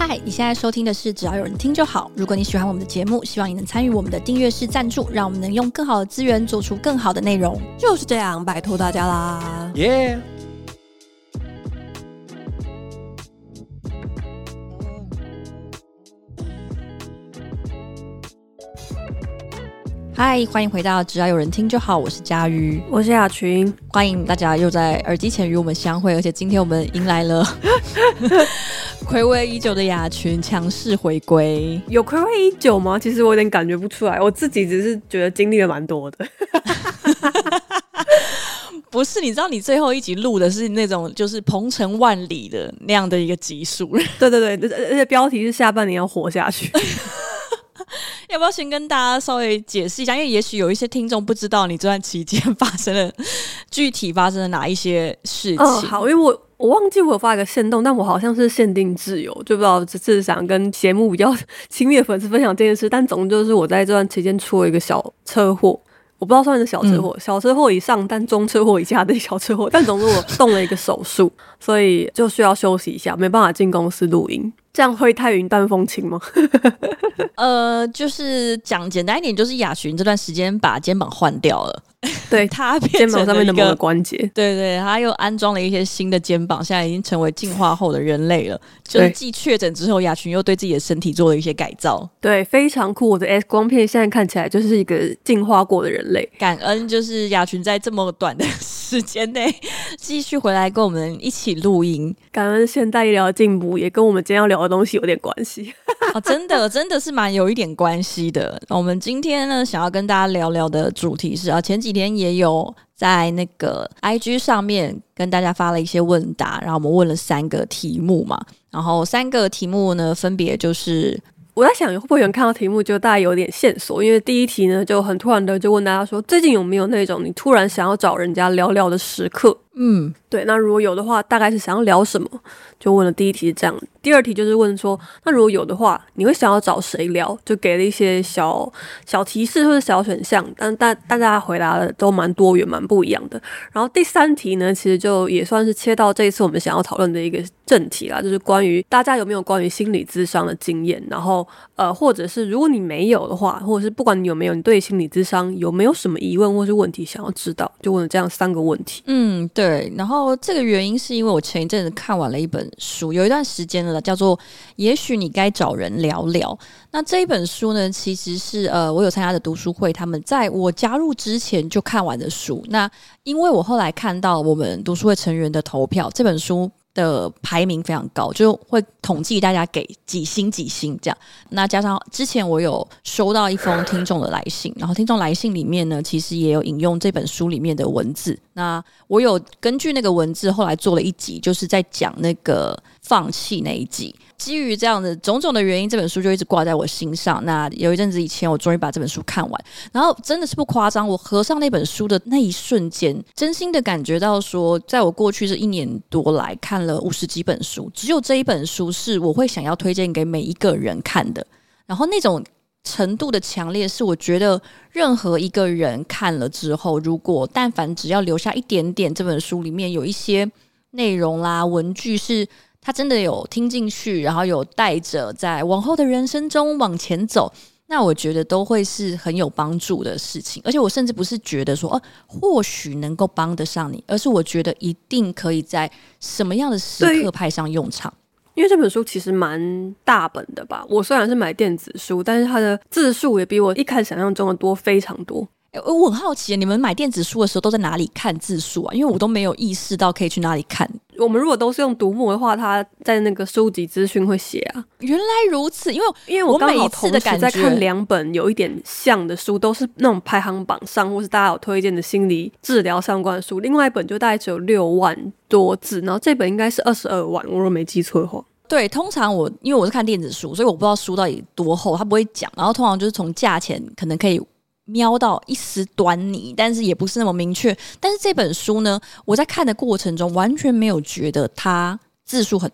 嗨，你现在收听的是只要有人听就好。如果你喜欢我们的节目，希望你能参与我们的订阅式赞助，让我们能用更好的资源做出更好的内容。 就是这样，拜托大家啦！ 耶、 嗨，欢迎回到只要有人听就好，我是佳瑜， 我是雅群， 欢迎大家又在耳机前与我们相会，而且今天我们迎来了睽违已久的雅群强势回归。 有睽违已久吗？其实我有点感觉不出来，我自己只是觉得经历了蛮多的。 不是，你知道你最后一集录的是那种就是鹏程万里的那样的一个集数。 对对对，而且标题是下半年要活下去。 要不要先跟大家稍微解释一下？因为也许有一些听众不知道你这段期间具体发生了哪一些事情。 好，因为我忘记我有发一个限动，但我好像是限定自由，就不知道这次想跟节目比较亲密的粉丝分享这件事。但总之就是我在这段期间出了一个小车祸。我不知道算是小车祸，小车祸以上，但中车祸以下的小车祸。但总之我动了一个手术，所以就需要休息一下，没办法进公司录音。这样会太云淡风轻吗？ 就是讲简单一点，就是雅群这段时间把肩膀换掉了。 对， 他肩膀上面的某个关节， 对对，他又安装了一些新的肩膀，现在已经成为进化后的人类了。就是继确诊之后，雅群又对自己的身体做了一些改造， 对，非常酷。我的 X 光片现在看起来就是一个进化过的人类。 感恩就是雅群在这么短的时间内继续回来跟我们一起录音， 感恩现代医疗的进步，也跟我们今天要聊的东西有点关系。 真的是蛮有一点关系的。我们今天呢，想要跟大家聊聊的主题是前几天也有在那个 IG 上面跟大家发了一些问答，然后我们问了3个题目嘛，然后3个题目呢分别就是我在想会不会有人看到题目就大概有点线索，因为第一题呢就很突然的就问大家说，最近有没有那种你突然想要找人家聊聊的时刻？对，那如果有的话大概是想要聊什么，就问了第一题是这样。第二题就是问说，那如果有的话你会想要找谁聊，就给了一些小提示或者小选项，但大家回答的都蛮多元蛮不一样的。然后第3题呢其实就也算是切到这一次我们想要讨论的一个正题啦，就是关于大家有没有关于心理咨商的经验，然后或者是如果你没有的话，或者是不管你有没有，你对心理咨商有没有什么疑问或是问题想要知道，就问了这样3个问题。 对，然后这个原因是因为我前一阵子看完了一本书，有一段时间了，叫做也许你该找人聊聊。那这一本书呢其实是我有参加的读书会他们在我加入之前就看完的书。那因为我后来看到我们读书会成员的投票，这本书的排名非常高，就会统计大家给几星这样。那加上之前我有收到一封听众的来信，然后听众来信里面呢其实也有引用这本书里面的文字，那我有根据那个文字后来做了一集，就是在讲那个放弃那一集。基于这样的种种的原因，这本书就一直挂在我心上。那有一阵子以前我终于把这本书看完，然后真的是不夸张，我合上那本书的那一瞬间，真心的感觉到说，在我过去这1年多来看了50几本书，只有这一本书是我会想要推荐给每一个人看的。然后那种程度的强烈是我觉得任何一个人看了之后，如果但凡只要留下一点点这本书里面有一些内容啦文句是他真的有听进去，然后有带着在往后的人生中往前走，那我觉得都会是很有帮助的事情。而且我甚至不是觉得说或许能够帮得上你，而是我觉得一定可以在什么样的时刻派上用场。 因为这本书其实蛮大本的吧，我虽然是买电子书，但是它的字数也比我一开始想象中的多非常多。 我很好奇，你们买电子书的时候都在哪里看字数啊？因为我都没有意识到可以去哪里看。 我们如果都是用读墨的话，它在那个书籍资讯会写啊。 原来如此，因为我刚好同时在看2本有一点像的书，都是那种排行榜上或是大家有推荐的心理治疗相关的书。另外一本就大概只有6万多字，然后这本应该是22万，我若没记错的话。 对，通常因为我是看电子书，所以我不知道书到底多厚，他不会讲。然后通常就是从价钱可能可以瞄到一丝端倪，但是也不是那么明确。但是这本书呢，我在看的过程中完全没有觉得它字数很多，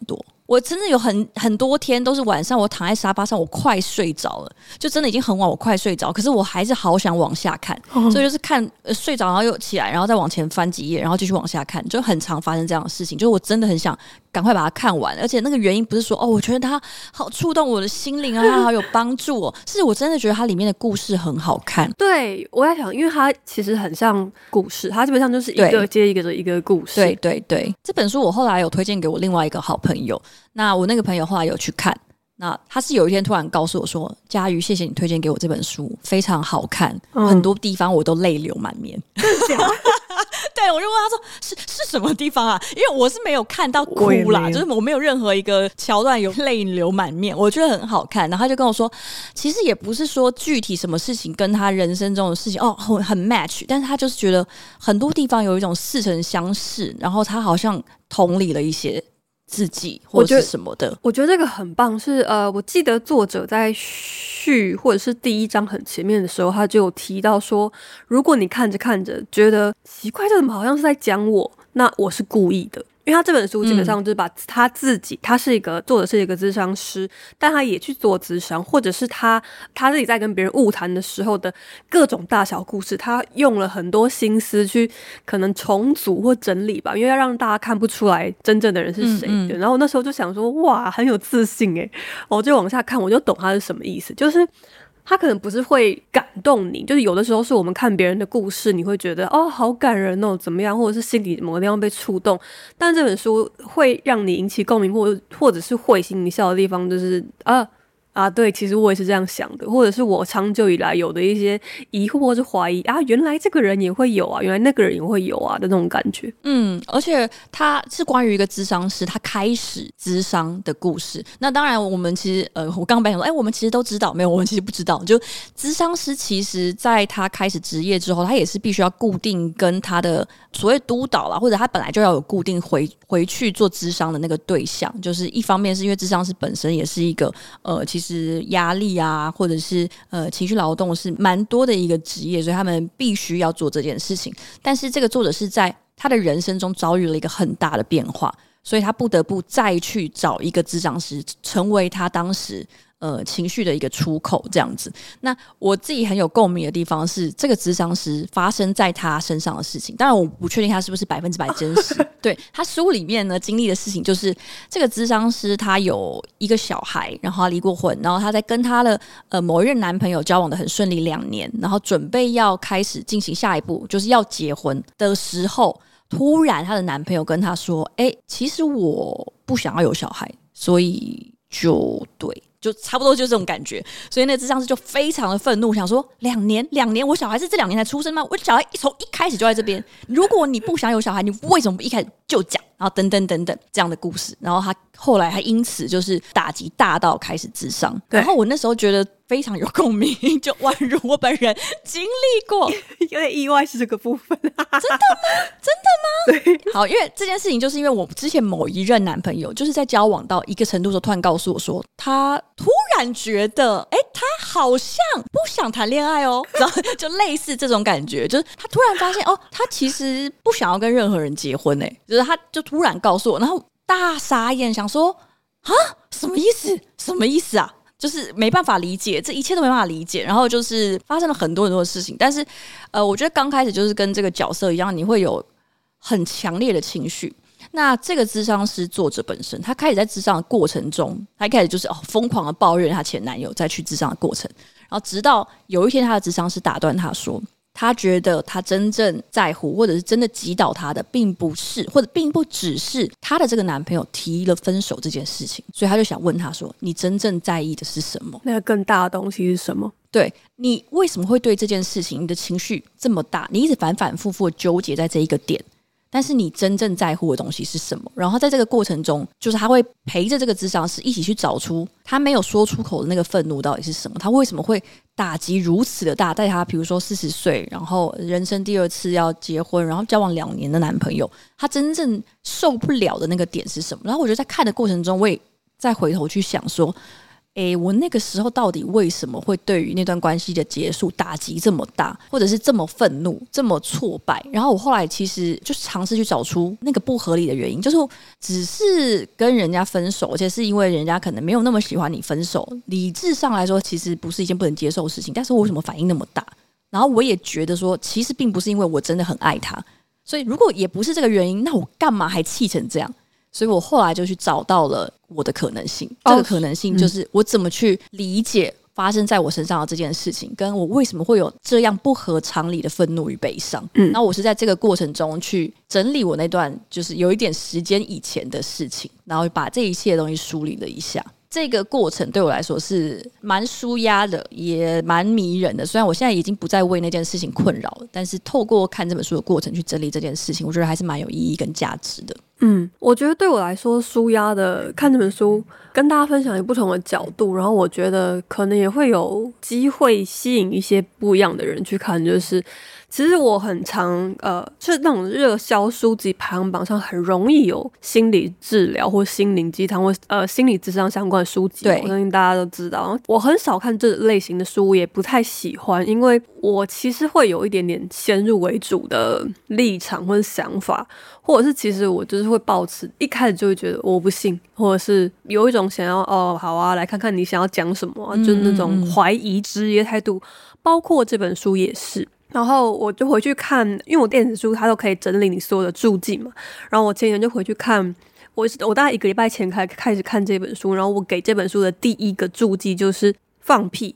我真的有很多天都是晚上我躺在沙发上，我快睡着了，就真的已经很晚，我快睡着，可是我还是好想往下看，所以就是看睡着然后又起来，然后再往前翻几页，然后继续往下看，就很常发生这样的事情。就是我真的很想赶快把它看完，而且那个原因不是说我觉得它好触动我的心灵啊，它好有帮助哦，是我真的觉得它里面的故事很好看。 对，我在想，因为它其实很像故事，它基本上就是一个接一个的一个故事。 对对对，这本书我后来有推荐给我另外一个好朋友，那我那个朋友后来有去看，那他是有一天突然告诉我说：“嘉瑜，谢谢你推荐给我这本书，非常好看，很多地方我都泪流满面。”对，我就问他说：“是什么地方啊？”因为我是没有看到哭啦，就是我没有任何一个桥段有泪流满面，我觉得很好看。然后他就跟我说，其实也不是说具体什么事情跟他人生中的事情很 match， 但是他就是觉得很多地方有一种似曾相识，然后他好像同理了一些自己或者是什么的。 我觉得这个很棒，是我记得作者在序或者是第一章很前面的时候，他就有提到说，如果你看着看着觉得奇怪，这怎么好像是在讲我，那我是故意的。因为他这本书基本上就是把他自己，他是一个作者，是一个咨商师，但他也去做咨商，或者是他自己在跟别人晤谈的时候的各种大小故事，他用了很多心思去可能重组或整理吧，因为要让大家看不出来真正的人是谁的。然后那时候就想说，哇，很有自信耶，我就往下看，我就懂他是什么意思，就是他可能不是会感动你，就是有的时候是我们看别人的故事，你会觉得好感人哦，怎么样，或者是心里某个地方被触动，但这本书会让你引起共鸣，或者是会心一笑的地方，就是对，其实我也是这样想的，或者是我长久以来有的一些疑惑或是怀疑原来这个人也会有啊，原来那个人也会有啊的那种感觉。 而且他是关于一个咨商师他开始咨商的故事。那当然我们其实我刚刚本来说我们其实都知道，没有，我们其实不知道，就咨商师其实在他开始职业之后，他也是必须要固定跟他的所谓督导啦，或者他本来就要有固定回去做咨商的那个对象，就是一方面是因为咨商师本身也是一个其实压力啊，或者是情绪劳动是蛮多的一个职业，所以他们必须要做这件事情。但是这个作者是在他的人生中遭遇了一个很大的变化，所以他不得不再去找一个咨商师，成为他当时情绪的一个出口这样子。那我自己很有共鸣的地方是这个咨商师发生在他身上的事情，当然我不确定他是不是100%真实对，他书里面呢经历的事情就是这个咨商师他有一个小孩，然后他离过婚，然后他在跟他的某一任男朋友交往的很顺利2年，然后准备要开始进行下一步，就是要结婚的时候，突然她的男朋友跟她说其实我不想要有小孩，所以就差不多就这种感觉。所以那个咨商师就非常的愤怒，想说2年我小孩是这2年才出生吗？我小孩从一开始就在这边，如果你不想有小孩，你为什么不一开始就讲？然后等等等等这样的故事。然后他后来还因此就是打击大到开始咨商。然后我那时候觉得非常有共鸣，就宛如我本人经历过。 有点意外是这个部分真的吗？ 对， 好，因为这件事情就是因为我之前某一任男朋友就是在交往到一个程度的时候，突然告诉我说他突然觉得他好像不想谈恋爱哦，然后就类似这种感觉，就是他突然发现他其实不想要跟任何人结婚就是他就突然告诉我，然后大傻眼，想说什么意思啊，就是没办法理解，这一切都没办法理解。然后就是发生了很多很多的事情，但是我觉得刚开始就是跟这个角色一样，你会有很强烈的情绪。那这个咨商师作者本身，他开始在咨商的过程中，他一开始就是疯狂的抱怨他前男友在去咨商的过程，然后直到有一天他的咨商师打断他说，他觉得他真正在乎或者是真的击倒他的并不是，或者并不只是他的这个男朋友提了分手这件事情，所以他就想问他说，你真正在意的是什么？ 那个更大的东西是什么？ 对，你为什么会对这件事情你的情绪这么大，你一直反反复复的纠结在这一个点，但是你真正在乎的东西是什么？然后在这个过程中，就是他会陪着这个咨商师一起去找出他没有说出口的那个愤怒到底是什么，他为什么会打击如此的大，在他比如说40岁，然后人生第2次要结婚，然后交往2年的男朋友，他真正受不了的那个点是什么？然后我觉得在看的过程中，我也再回头去想说， 我那个时候到底为什么会对于那段关系的结束打击这么大，或者是这么愤怒这么挫败，然后我后来其实就尝试去找出那个不合理的原因，就是只是跟人家分手，而且是因为人家可能没有那么喜欢你分手，理智上来说其实不是一件不能接受的事情，但是我为什么反应那么大？然后我也觉得说其实并不是因为我真的很爱他，所以如果也不是这个原因，那我干嘛还气成这样？所以我后来就去找到了我的可能性，这个可能性就是我怎么去理解发生在我身上的这件事情，跟我为什么会有这样不合常理的愤怒与悲伤。然后我是在这个过程中去整理我那段就是有一点时间以前的事情，然后把这一切的东西梳理了一下。这个过程对我来说是蛮抒压的，也蛮迷人的。虽然我现在已经不再为那件事情困扰了，但是透过看这本书的过程去整理这件事情，我觉得还是蛮有意义跟价值的。 我觉得对我来说，抒压的看这本书，跟大家分享一个不同的角度，然后我觉得可能也会有机会吸引一些不一样的人去看。就是其实我很常是那种热销书籍排行榜上很容易有心理治疗或心灵鸡汤或心理咨商相关的书籍， 对， 我相信大家都知道。我很少看这类型的书，也不太喜欢，因为我其实会有一点点先入为主的立场或者想法，或者是其实我就是会抱持一开始就会觉得我不信，或者是有一种想要好啊来看看你想要讲什么就是那种怀疑质疑的态度，包括这本书也是。然后我就回去看，因为我电子书它都可以整理你所有的注记嘛，然后我前年就回去看，我大概1个礼拜前开始看这本书，然后我给这本书的第一个注记就是放屁。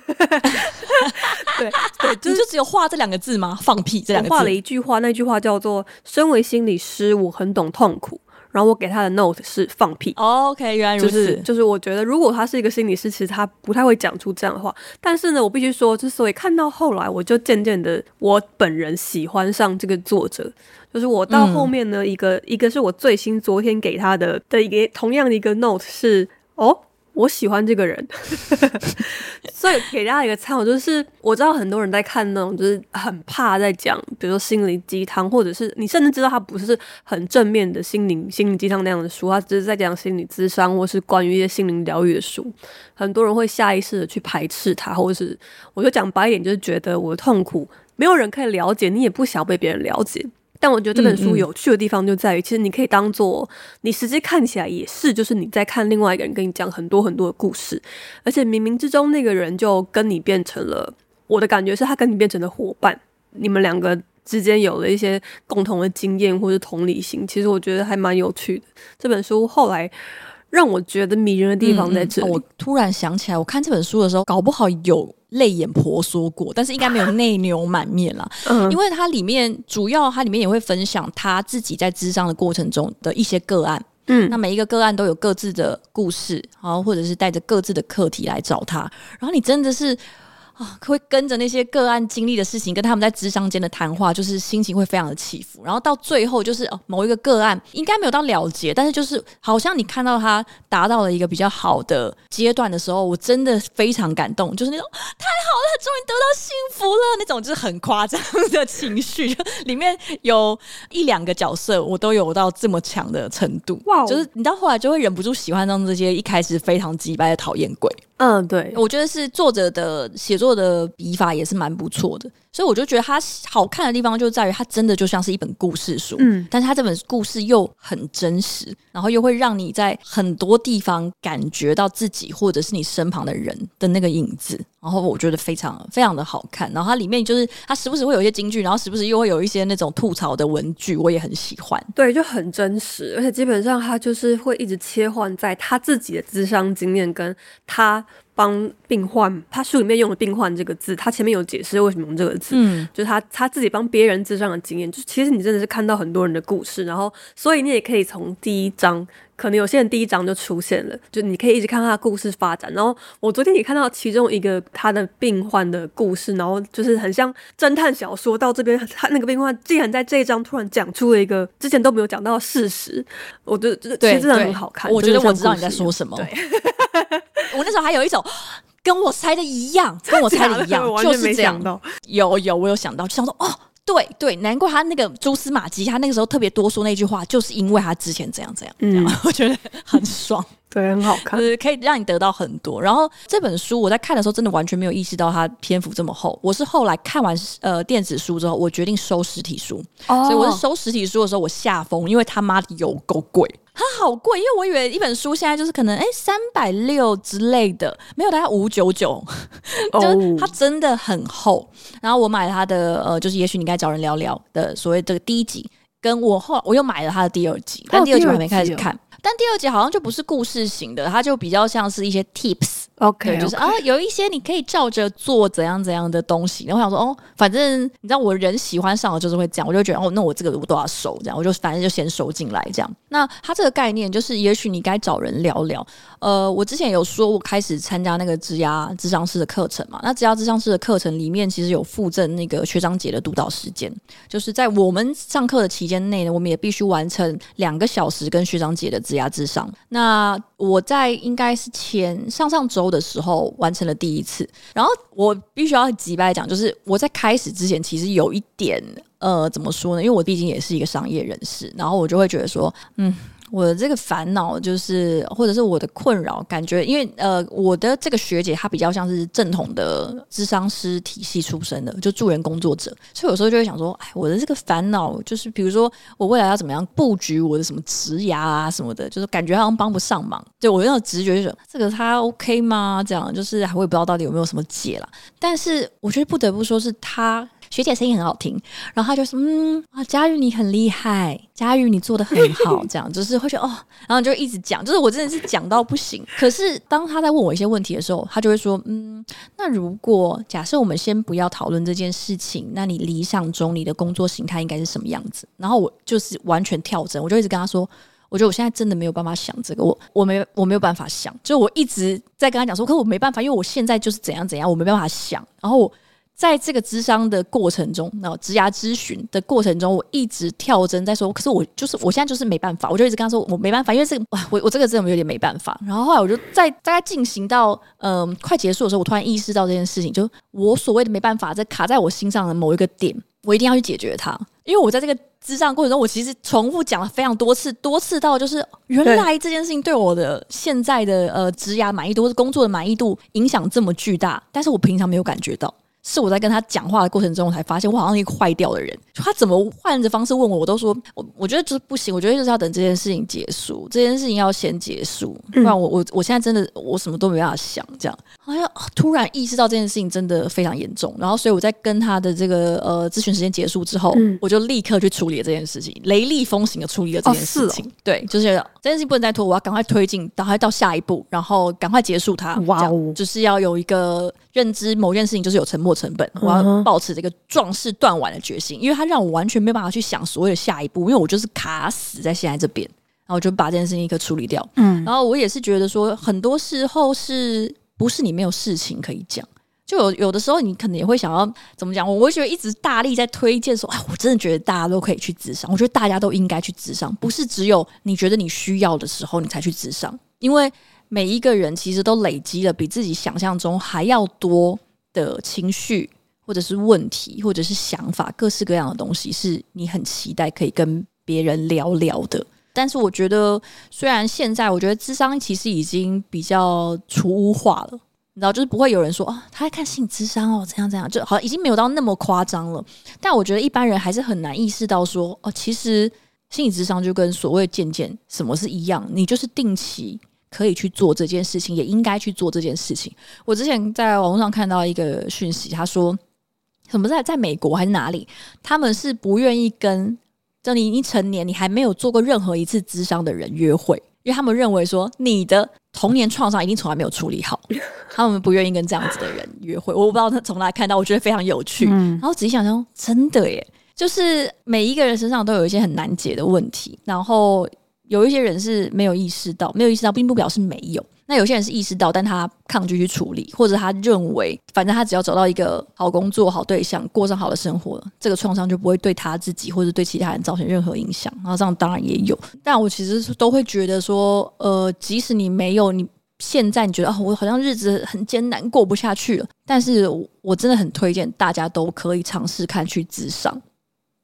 对， 你就只有画这2个字吗？放屁这2个字。 我画了一句话，那句话叫做身为心理师我很懂痛苦，然后我给他的 note 是放屁。 OK， 原来如此。 就是我觉得如果他是一个心理师，其实他不太会讲出这样的话。但是呢，我必须说，之所以看到后来，我就渐渐的我本人喜欢上这个作者。就是我到后面呢，一个是我最新昨天给他的一个同样的一个 note 是我喜欢这个人。所以给大家一个参考，就是我知道很多人在看那种就是很怕在讲比如说心灵鸡汤，或者是你甚至知道他不是很正面的心灵鸡汤那样的书，他只是在讲心理咨商或是关于一些心灵疗愈的书，很多人会下意识的去排斥他，或者是我就讲白一点，就是觉得我的痛苦没有人可以了解，你也不想被别人了解。但我觉得这本书有趣的地方就在于，其实你可以当做你实际看起来也是，就是你在看另外一个人跟你讲很多很多的故事，而且冥冥之中那个人就跟你变成了，我的感觉是他跟你变成了伙伴，你们两个之间有了一些共同的经验或是同理心，其实我觉得还蛮有趣的。这本书后来让我觉得迷人的地方在这里。 我突然想起来，我看这本书的时候，搞不好有泪眼婆娑过，但是应该没有内牛满面啦。因为它里面也会分享他自己在咨商的过程中的一些个案。那每一个个案都有各自的故事，然后或者是带着各自的课题来找他，然后你真的是会跟着那些个案经历的事情跟他们在咨商间的谈话，就是心情会非常的起伏，然后到最后就是某一个个案应该没有到了结，但是就是好像你看到他达到了一个比较好的阶段的时候，我真的非常感动，就是那种太好了，终于得到幸福了，那种就是很夸张的情绪，里面有1-2个角色我都有到这么强的程度。哇，就是你到后来就会忍不住喜欢上这些一开始非常鸡掰的讨厌鬼。 对， 我觉得是作者的写作的笔法也是蛮不错的，所以我就觉得他好看的地方就在于他真的就像是一本故事书，但是他这本故事又很真实，然后又会让你在很多地方感觉到自己或者是你身旁的人的那个影子，然后我觉得非常非常的好看。然后它里面就是它时不时会有一些金句，然后时不时又会有一些那种吐槽的文句，我也很喜欢。 对，就很真实，而且基本上他就是会一直切换在他自己的咨商经验跟他帮病患，他书里面用了病患这个字，他前面有解释为什么用这个字，就是他自己帮别人咨商的经验，就是其实你真的是看到很多人的故事，然后所以你也可以从第一章，可能有些人第一章就出现了，就你可以一直看他的故事发展。然后我昨天也看到其中一个他的病患的故事，然后就是很像侦探小说，到这边他那个病患竟然在这一章突然讲出了一个之前都没有讲到的事实，我觉得其实真的很好看。 我觉得我知道你在说什么。对我那时候还有一种跟我猜的一样，就是这样。有我有想到，就想说对，难怪他那个蛛丝马迹，他那个时候特别多说那句话，就是因为他之前怎样，我觉得很爽。 对，很好看， 可以让你得到很多。然后这本书我在看的时候，真的完全没有意识到它篇幅这么厚。我是后来看完电子书之后，我决定收实体书。所以我是收实体书的时候，我吓疯，因为他妈的有够贵。它好贵，因为我以为一本书现在就是可能360之类的，没有，大概599，就是它真的很厚。然后我买了它的就是也许你该找人聊聊的所谓的第一集，跟我又买了它的第二集，但第二集我还没开始看。但第二集好像就不是故事型的，它就比较像是一些 tips。OK， 就是有一些你可以照着做怎样怎样的东西。然后我想说反正你知道我人喜欢上了就是会这样，我就觉得那我这个我都要收，这样我就反正就先收进来这样。那它这个概念就是也许你该找人聊聊。我之前有说我开始参加那个职涯諮商师的课程嘛，那职涯諮商师的课程里面其实有附赠那个学长姐的督导时间，就是在我们上课的期间内呢，我们也必须完成2个小时跟学长姐的职涯諮商。那我在应该是上周的时候完成了第一次，然后我必须要直白讲，就是我在开始之前其实有一点怎么说呢？因为我毕竟也是一个商业人士，然后我就会觉得说我的这个烦恼就是或者是我的困扰感觉，因为我的这个学姐她比较像是正统的諮商师体系出身的，就助人工作者，所以有时候就会想说我的这个烦恼就是比如说我未来要怎么样布局我的什么职涯啊什么的，就是感觉好像帮不上忙，就我那种直觉就是这个他 OK 吗？这样就是我也不知道到底有没有什么解啦。但是我觉得不得不说是他学姐声音很好听，然后他就说佳玉你很厉害，佳玉你做得很好，这样就是会觉得然后就一直讲，就是我真的是讲到不行。可是当他在问我一些问题的时候，他就会说那如果假设我们先不要讨论这件事情，那你理想中你的工作形态应该是什么样子？然后我就是完全跳针，我就一直跟他说我觉得我现在真的没有办法想这个，我没有办法想，就我一直在跟他讲说可是我没办法，因为我现在就是怎样怎样，我没办法想。然后我在这个諮商的过程中，职涯咨询的过程中，我一直跳针在说，可是我现在就是没办法，我就一直跟他说我没办法，因为这个我这个真的有点没办法。然后后来我就在大概进行到快结束的时候，我突然意识到这件事情，就我所谓的没办法在卡在我心上的某一个点，我一定要去解决它。因为我在这个諮商过程中，我其实重复讲了非常多次到就是原来这件事情对我的现在的职涯满意度或是工作的满意度影响这么巨大，但是我平常没有感觉到。是我在跟他讲话的过程中，我才发现我好像一个坏掉的人。就他怎么换着方式问我，我都说我觉得就是不行，我觉得就是要等这件事情结束，这件事情要先结束，不然我现在真的我什么都没办法想，这样好像突然意识到这件事情真的非常严重。然后所以我在跟他的这个咨询时间结束之后，我就立刻去处理了这件事情，雷厉风行的处理了这件事情。对，就是这件事情不能再拖，我要赶快推进，赶快到下一步，然后赶快结束它。哇哦，就是要有一个认知，某件事情就是有沉没成本，我要抱持这个壮士断腕的决心，因为他让我完全没有办法去想所有的下一步，因为我就是卡死在现在这边，然后我就把这件事情立刻处理掉。然后我也是觉得说，很多时候是不是你没有事情可以讲，就有的时候你可能也会想要怎么讲，我会觉得一直大力在推荐说，我真的觉得大家都可以去諮商，我觉得大家都应该去諮商，不是只有你觉得你需要的时候你才去諮商，因为每一个人其实都累积了比自己想象中还要多的情绪或者是问题或者是想法，各式各样的东西是你很期待可以跟别人聊聊的。但是我觉得虽然现在我觉得諮商其实已经比较除污化了，你知道，就是不会有人说他在看心理諮商怎样怎样，就好像已经没有到那么夸张了。但我觉得一般人还是很难意识到说其实心理諮商就跟所谓健健什么是一样，你就是定期可以去做这件事情，也应该去做这件事情。我之前在网络上看到一个讯息，他说什么在美国还是哪里，他们是不愿意跟就你已经成年你还没有做过任何一次諮商的人约会，因为他们认为说你的童年创伤一定从来没有处理好，他们不愿意跟这样子的人约会。我不知道他从哪里看到，我觉得非常有趣。然后仔细想想，真的耶，就是每一个人身上都有一些很难解的问题，然后有一些人是没有意识到并不表示没有，那有些人是意识到但他抗拒去处理，或者他认为反正他只要找到一个好工作好对象过上好的生活，这个创伤就不会对他自己或者对其他人造成任何影响。然后这样当然也有，但我其实都会觉得说即使你没有，你现在你觉得我好像日子很艰难过不下去了，但是我真的很推荐大家都可以尝试看去諮商。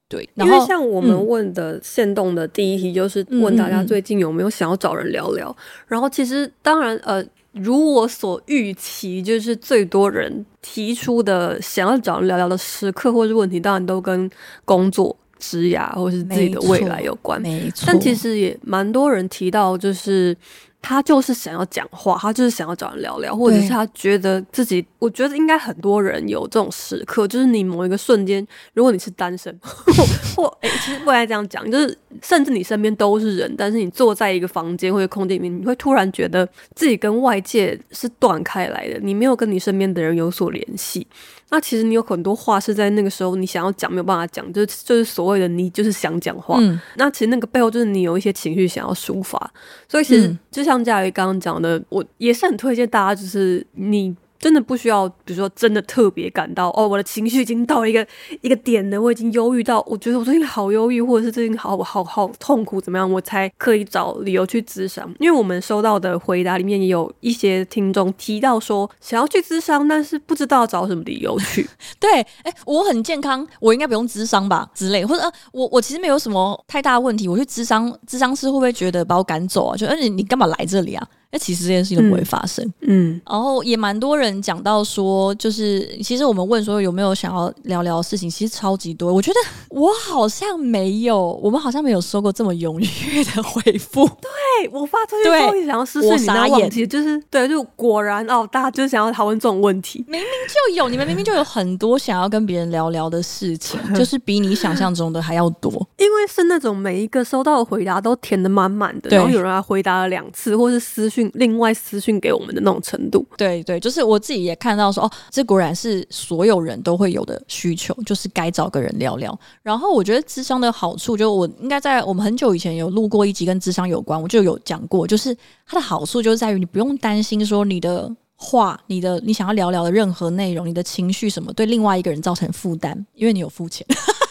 对， 因为像我们问的限动的第一题就是问大家最近有没有想要找人聊聊，然后其实当然如我所预期，就是最多人提出的想要找人聊聊的时刻或是问题，当然都跟工作、职涯或是自己的未来有关。 没错， 但其实也蛮多人提到，就是他就是想要讲话，他就是想要找人聊聊，或者是他觉得自己，我觉得应该很多人有这种时刻，就是你某一个瞬间，如果你是单身，其实不该这样讲，就是甚至你身边都是人，但是你坐在一个房间或者空间里面，你会突然觉得自己跟外界是断开来的，你没有跟你身边的人有所联系。那其实你有很多话是在那个时候你想要讲没有办法讲，就是所谓的你就是想讲话。那其实那个背后就是你有一些情绪想要抒发，所以其实就像嘉瑜刚刚讲的，我也是很推荐大家，就是你真的不需要，比如说真的特别感到我的情绪已经到一个点了，我已经忧郁到，我觉得我最近好忧郁，或者是最近好痛苦，怎么样，我才可以找理由去咨商。因为我们收到的回答里面也有一些听众提到说，想要去咨商，但是不知道找什么理由去。 对，我很健康，我应该不用咨商吧之类，或者我其实没有什么太大的问题，我去咨商师会不会觉得把我赶走啊？就你干嘛来这里啊？其实这件事情都不会发生。然后也蛮多人讲到说，就是其实我们问说有没有想要聊聊的事情，其实超级多。我觉得我好像没有，我们好像没有收过这么踊跃的回复。 对，我发出去后，想要私讯你，然后忘记，就是对，就果然大家就想要讨论这种问题， 明明就有，你们明明就有很多想要跟别人聊聊的事情，就是比你想象中的还要多。 因为是那种每一个收到的回答都填得满满的，然后有人还回答了2次，或是另外私讯给我们的那种程度。 对对，就是我自己也看到说，这果然是所有人都会有的需求，就是该找个人聊聊。然后我觉得咨商的好处，就我应该在我们很久以前有录过一集跟咨商有关，我就有讲过，就是它的好处就是在于你不用担心说你的话，你想要聊聊的任何内容，你的情绪什么对另外一个人造成负担，因为你有付钱。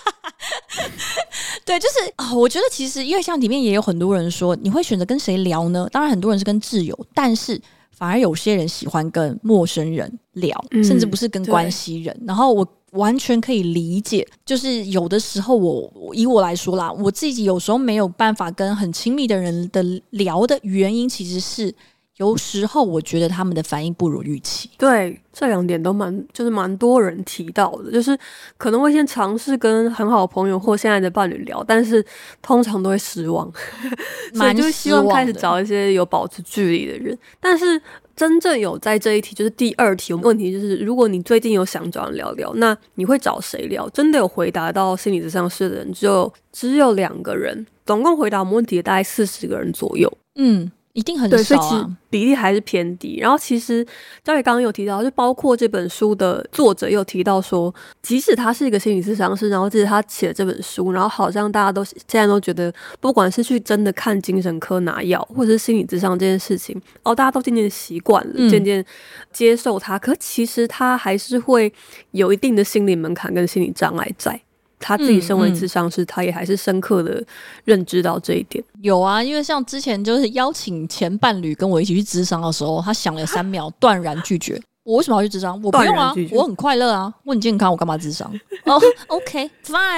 对，就是我觉得其实因为像里面也有很多人说，你会选择跟谁聊呢？当然很多人是跟挚友，但是反而有些人喜欢跟陌生人聊，甚至不是跟关系人。然后我完全可以理解，就是有的时候以我来说啦，我自己有时候没有办法跟很亲密的人的聊的原因，其实是有时候我觉得他们的反应不如预期。 对，这2点都蛮多人提到的，就是可能会先尝试跟很好的朋友或现在的伴侣聊，但是通常都会失望，所以就希望开始找一些有保持距离的人。但是真正有在这一题，就是第2题，问题就是如果你最近有想找人聊聊，那你会找谁聊？真的有回答到心理咨商师的人只有2个人，总共回答我们问题的大概40个人左右。 一定很少啊， 对，所以其实比例还是偏低。然后其实嘉伟刚刚有提到，就包括这本书的作者有提到说，即使他是一个心理咨商师，然后即使他写了这本书，然后好像大家都现在都觉得，不管是去真的看精神科拿药，或者是心理咨商这件事情，大家都渐渐习惯了，渐渐接受它。可其实他还是会有一定的心理门槛跟心理障碍在。他自己身为咨商师，他也还是深刻的认知到这一点。 有啊，因为像之前就是邀请前伴侣跟我一起去咨商的时候，他想了3秒，断然拒绝。我为什么要去咨商？我不用啊，我很快乐啊，我很健康，我干嘛咨商？OK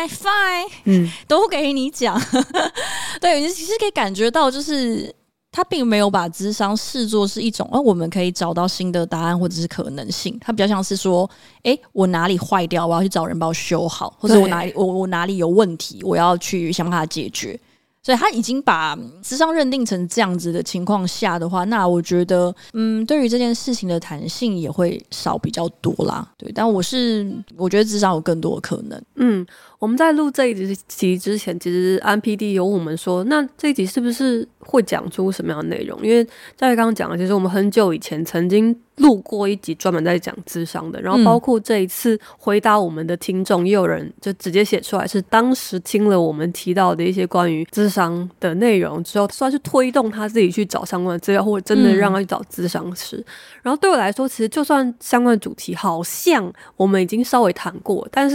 fine， 都给你讲。对，你其实可以感觉到，就是他并没有把咨商视作是一种我们可以找到新的答案或者是可能性，他比较像是说我哪里坏掉，我要去找人把我修好，或者我哪里有问题，我要去想办法解决。所以他已经把咨商认定成这样子的情况下的话，那我觉得对于这件事情的弹性也会少比较多啦。对，但我觉得咨商有更多的可能。 我们在录这一集之前，其实安 PD 有问我们说，那这一集是不是会讲出什么样的内容？因为嘉伟刚刚讲了，其实我们很久以前曾经录过一集专门在讲咨商的，然后包括这一次回答我们的听众，也有人就直接写出来，是当时听了我们提到的一些关于咨商的内容之后，算是推动他自己去找相关的资料，或者真的让他去找咨商师。然后对我来说，其实就算相关的主题好像我们已经稍微谈过，但是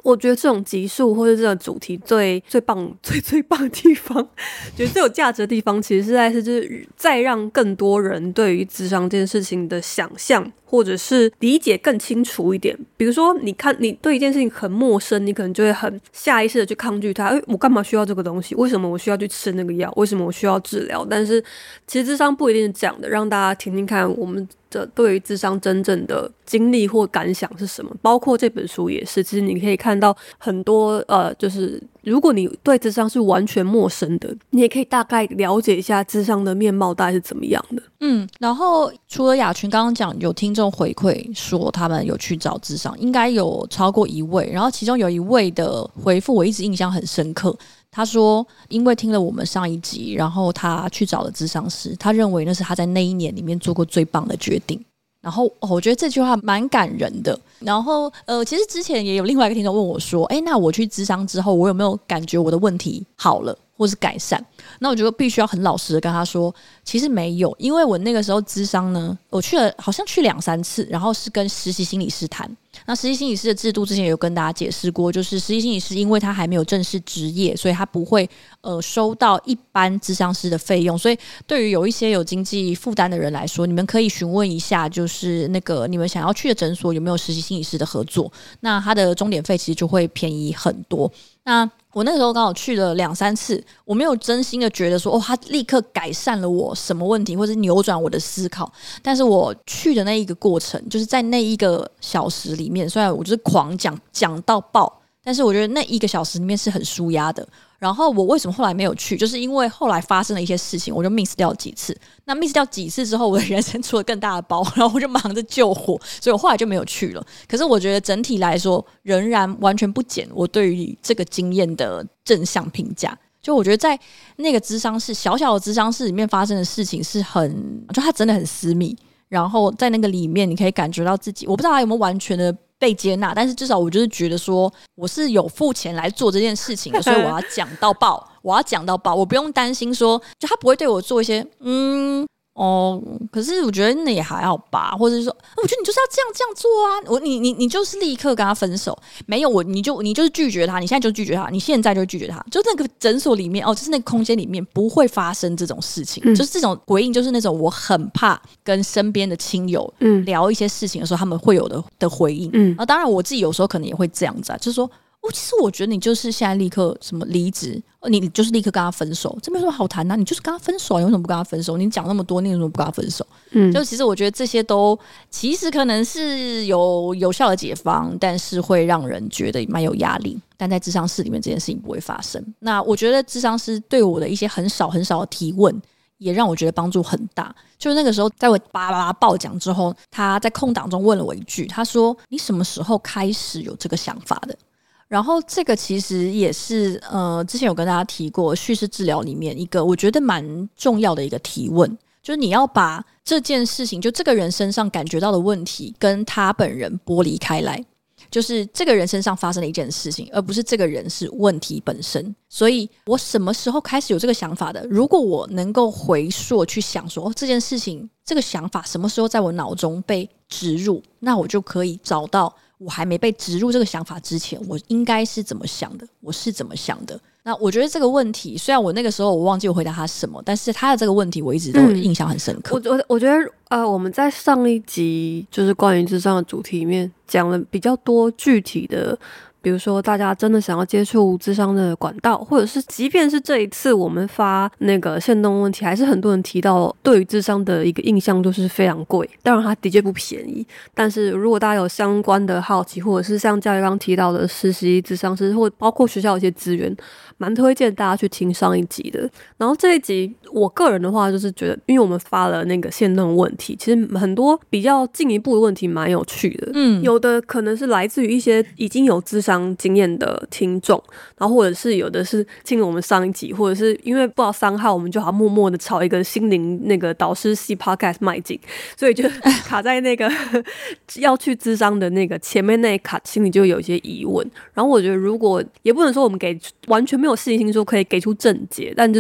我觉得这种集数或者这个主题最棒的地方，觉得最有价值的地方，其实就是再让更多人对于諮商这件事情的想象或者是理解更清楚一点。比如说你对一件事情很陌生，你可能就会很下意识的去抗拒它，我干嘛需要这个东西，为什么我需要去吃那个药，为什么我需要治疗。但是其实諮商不一定是这样的，让大家听听看我们的对于諮商真正的经历或感想是什么。包括这本书也是，其实你可以看到很多就是如果你对諮商是完全陌生的，你也可以大概了解一下諮商的面貌大概是怎么样的。 然后除了雅群刚刚讲有听众回馈说他们有去找諮商，应该有超过1位，然后其中有1位的回复我一直印象很深刻。他说因为听了我们上一集，然后他去找了諮商师，他认为那是他在那一年里面做过最棒的决定。然后我觉得这句话蛮感人的。然后其实之前也有另外一个听众问我说那我去諮商之后，我有没有感觉我的问题好了或是改善？那我觉得必须要很老实的跟他说，其实没有。因为我那个时候諮商呢，我好像去2-3次，然后是跟实习心理师谈。那实习心理师的制度之前也有跟大家解释过，就是实习心理师因为他还没有正式执业，所以他不会收到一般諮商师的费用。所以对于有一些有经济负担的人来说，你们可以询问一下，就是那个你们想要去的诊所有没有实习心理师的合作，那他的钟点费其实就会便宜很多。那我那个时候刚好去了2-3次，我没有真心的觉得说他立刻改善了我什么问题，或是扭转我的思考。但是我去的那一个过程，就是在那1个小时里面，虽然我就是狂讲到爆，但是我觉得那1个小时里面是很抒压的。然后我为什么后来没有去，就是因为后来发生了一些事情，我就 miss 掉几次。那 miss 掉几次之后，我的人生出了更大的包，然后我就忙着救火，所以我后来就没有去了。可是我觉得整体来说，仍然完全不减我对于这个经验的正向评价。就我觉得在那个諮商室，小小的諮商室里面发生的事情是就它真的很私密，然后在那个里面你可以感觉到自己，我不知道他有没有完全的被接纳，但是至少我就是觉得说我是有付钱来做这件事情的，所以我要讲到爆，我不用担心说就他不会对我做一些可是我觉得那也还好吧，或者是说我觉得你就是要这样做啊，你就是立刻跟他分手，没有你就是拒绝他，你现在就拒绝他，你现在就拒绝他，就那个诊所里面就是那个空间里面不会发生这种事情，就是这种回应，就是那种我很怕跟身边的亲友聊一些事情的时候他们会有的回应。当然我自己有时候可能也会这样子就是说其实我觉得你就是现在立刻什么离职，你就是立刻跟他分手，这没有什么好谈你就是跟他分手，你为什么不跟他分手？你讲那么多，你为什么不跟他分手？就其实我觉得这些都其实可能是有效的解方，但是会让人觉得蛮有压力。但在諮商室里面这件事情不会发生。那我觉得諮商师对我的一些很少的提问也让我觉得帮助很大。就是那个时候在我叭叭叭爆讲之后，他在空档中问了我一句，他说你什么时候开始有这个想法的？然后这个其实也是之前有跟大家提过叙事治疗里面一个我觉得蛮重要的一个提问，就是你要把这件事情就这个人身上感觉到的问题跟他本人剥离开来，就是这个人身上发生了一件事情，而不是这个人是问题本身。所以我什么时候开始有这个想法的？如果我能够回溯去想说这件事情这个想法什么时候在我脑中被植入，那我就可以找到我还没被植入这个想法之前我应该是怎么想的，我是怎么想的。那我觉得这个问题虽然我那个时候我忘记我回答他什么，但是他的这个问题我一直都印象很深刻。 我觉得我们在上一集就是关于諮商的主题里面讲了比较多具体的，比如说大家真的想要接触諮商的管道，或者是即便是这一次我们发那个限动问题，还是很多人提到对于諮商的一个印象就是非常贵，当然它的确不便宜，但是如果大家有相关的好奇，或者是像嘉瑜刚提到的实习諮商师，或包括学校有些资源，蛮推荐大家去听上一集的。然后这一集我个人的话就是觉得，因为我们发了那个限动问题，其实很多比较进一步的问题蛮有趣的，有的可能是来自于一些已经有諮商经验的听众，然后或者是有的是进了我们上一集，或者是因为不知道商号，我们就好默默的朝一个心灵那个导师系 podcast 迈进，所以就卡在那个要去諮商的那个前面那一卡，心里就有一些疑问。然后我觉得如果也不能说我们完全没有信心说可以给出正解，但就是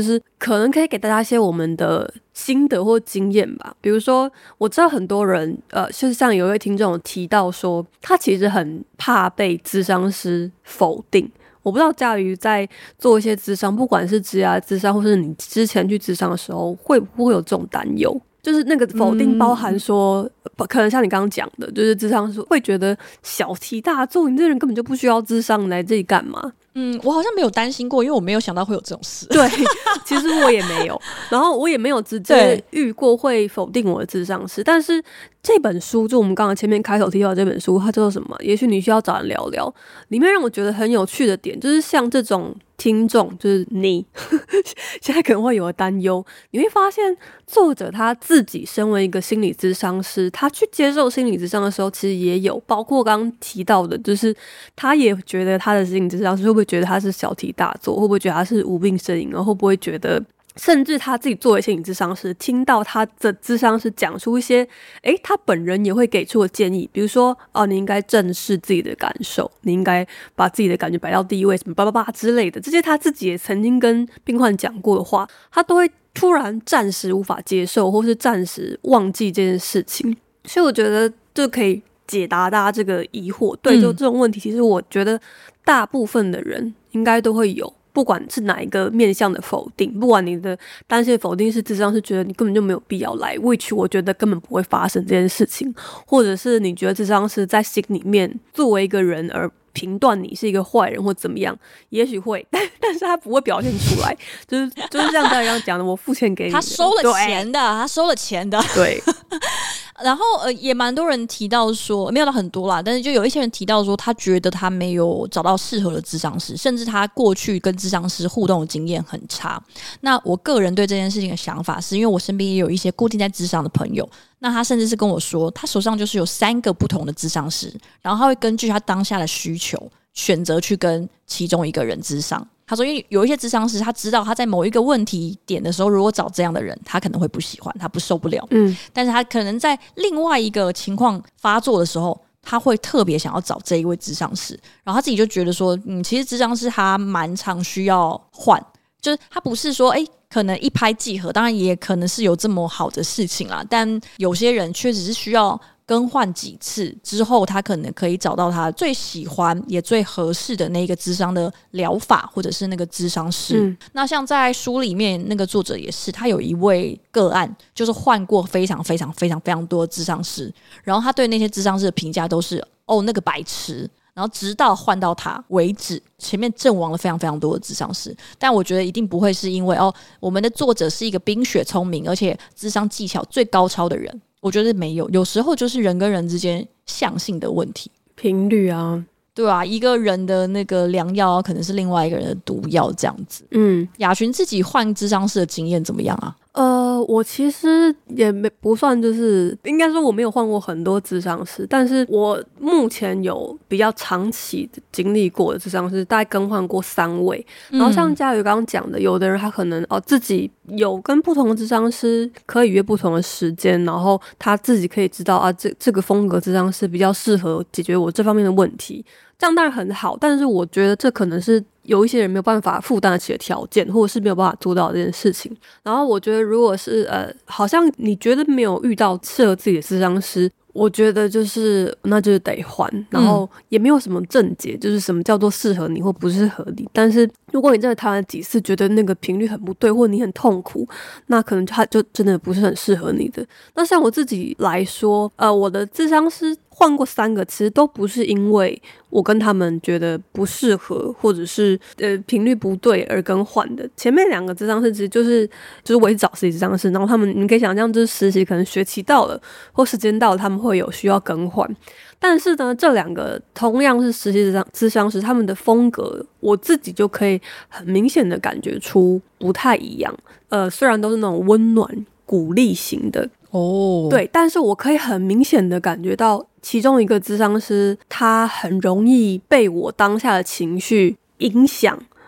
可能可以给大家一些我们的心得或经验吧。比如说我知道很多人就是像有一位听众提到说他其实很怕被咨商师否定。我不知道嘉瑜在做一些咨商，不管是职涯咨商或是你之前去咨商的时候，会不会有这种担忧？就是那个否定包含说可能像你刚刚讲的，就是咨商师会觉得小题大做，你这人根本就不需要咨商，你来这里干嘛？ 我好像没有担心过，因为我没有想到会有这种事。 对，其实我也没有，然后我也没有直接遇过会否定我的咨商师。但是这本书，就我们刚刚前面开头提到的这本书，它叫做什么？也许你需要找人聊聊。里面让我觉得很有趣的点，就是像这种听众，就是你现在可能会有的担忧，你会发现作者他自己身为一个心理咨商师，他去接受心理咨商的时候，其实也有包括刚刚提到的，就是他也觉得他的心理咨商师会不会觉得他是小题大做，会不会觉得他是无病呻吟，然后会不会觉得甚至他自己作为心理咨商师，听到他的咨商师讲出一些他本人也会给出的建议，比如说你应该正视自己的感受，你应该把自己的感觉摆到第一位，什么叭叭叭之类的，这些他自己也曾经跟病患讲过的话，他都会突然暂时无法接受，或是暂时忘记这件事情。所以我觉得就可以解答大家这个疑惑。对，就这种问题，其实我觉得大部分的人应该都会有，不管是哪一个面向的否定，不管你的担心的否定是咨商是觉得你根本就没有必要来 which 我觉得根本不会发生这件事情，或者是你觉得咨商是在心里面作为一个人而评断你是一个坏人或怎么样，也许会，但是他不会表现出来，就是像大家讲的，我付钱给你的， 他收了钱的，他收了钱的， 对。 然后也蛮多人提到说，没有到很多啦，但是就有一些人提到说，他觉得他没有找到适合的咨商师，甚至他过去跟咨商师互动的经验很差。那我个人对这件事情的想法是，因为我身边也有一些固定在咨商的朋友，那他甚至是跟我说，他手上就是有3个不同的咨商师，然后他会根据他当下的需求选择去跟其中一个人咨商。他说因为有一些咨商师他知道他在某一个问题点的时候，如果找这样的人他可能会不喜欢，他不受不了，但是他可能在另外一个情况发作的时候，他会特别想要找这一位咨商师，然后他自己就觉得说其实咨商师他蛮常需要换，就是他不是说可能一拍即合，当然也可能是有这么好的事情啦，但有些人确实是需要更换几次之后，他可能可以找到他最喜欢也最合适的那个咨商的疗法，或者是那个咨商师。那像在书里面那个作者也是，他有一位个案就是换过非常非常非常非常多的咨商师，然后他对那些咨商师的评价都是那个白痴，然后直到换到他为止，前面阵亡了非常非常多的咨商师。但我觉得一定不会是因为我们的作者是一个冰雪聪明而且咨商技巧最高超的人，我觉得没有，有时候就是人跟人之间相性的问题， 频率啊， 对啊，一个人的那个良药可能是另外一个人的毒药，这样子。雅群自己换咨商师的经验怎么样啊？ 我其实也不算，就是应该说我没有换过很多咨商师，但是我目前有比较长期经历过的咨商师，大概更换过3位。然后像嘉瑜刚刚讲的，有的人他可能自己有跟不同的咨商师可以约不同的时间，然后他自己可以知道这个风格咨商师比较适合解决我这方面的问题，这样当然很好。但是我觉得这可能是有一些人没有办法负担得起的条件，或者是没有办法做到这件事情。然后我觉得如果是好像你觉得没有遇到适合自己的咨商师，我觉得那就是得换，然后也没有什么正解，就是什么叫做适合你或不适合你。但是如果你真的谈了几次，觉得那个频率很不对，或你很痛苦，那可能他就真的不是很适合你的。那像我自己来说，我的咨商师换过3个，其实都不是因为我跟他们觉得不适合，或者是频率不对而更换的。前面2个咨商师其实就是我也是找实习咨商师，然后他们你可以想象，就是实习可能学期到了或时间到了，他们会有需要更换。但是呢，这2个同样是实习咨商师，他们的风格我自己就可以很明显的感觉出不太一样。虽然都是那种温暖鼓励型的对，但是我可以很明显的感觉到其中一个咨商师他很容易被我当下的情绪影响，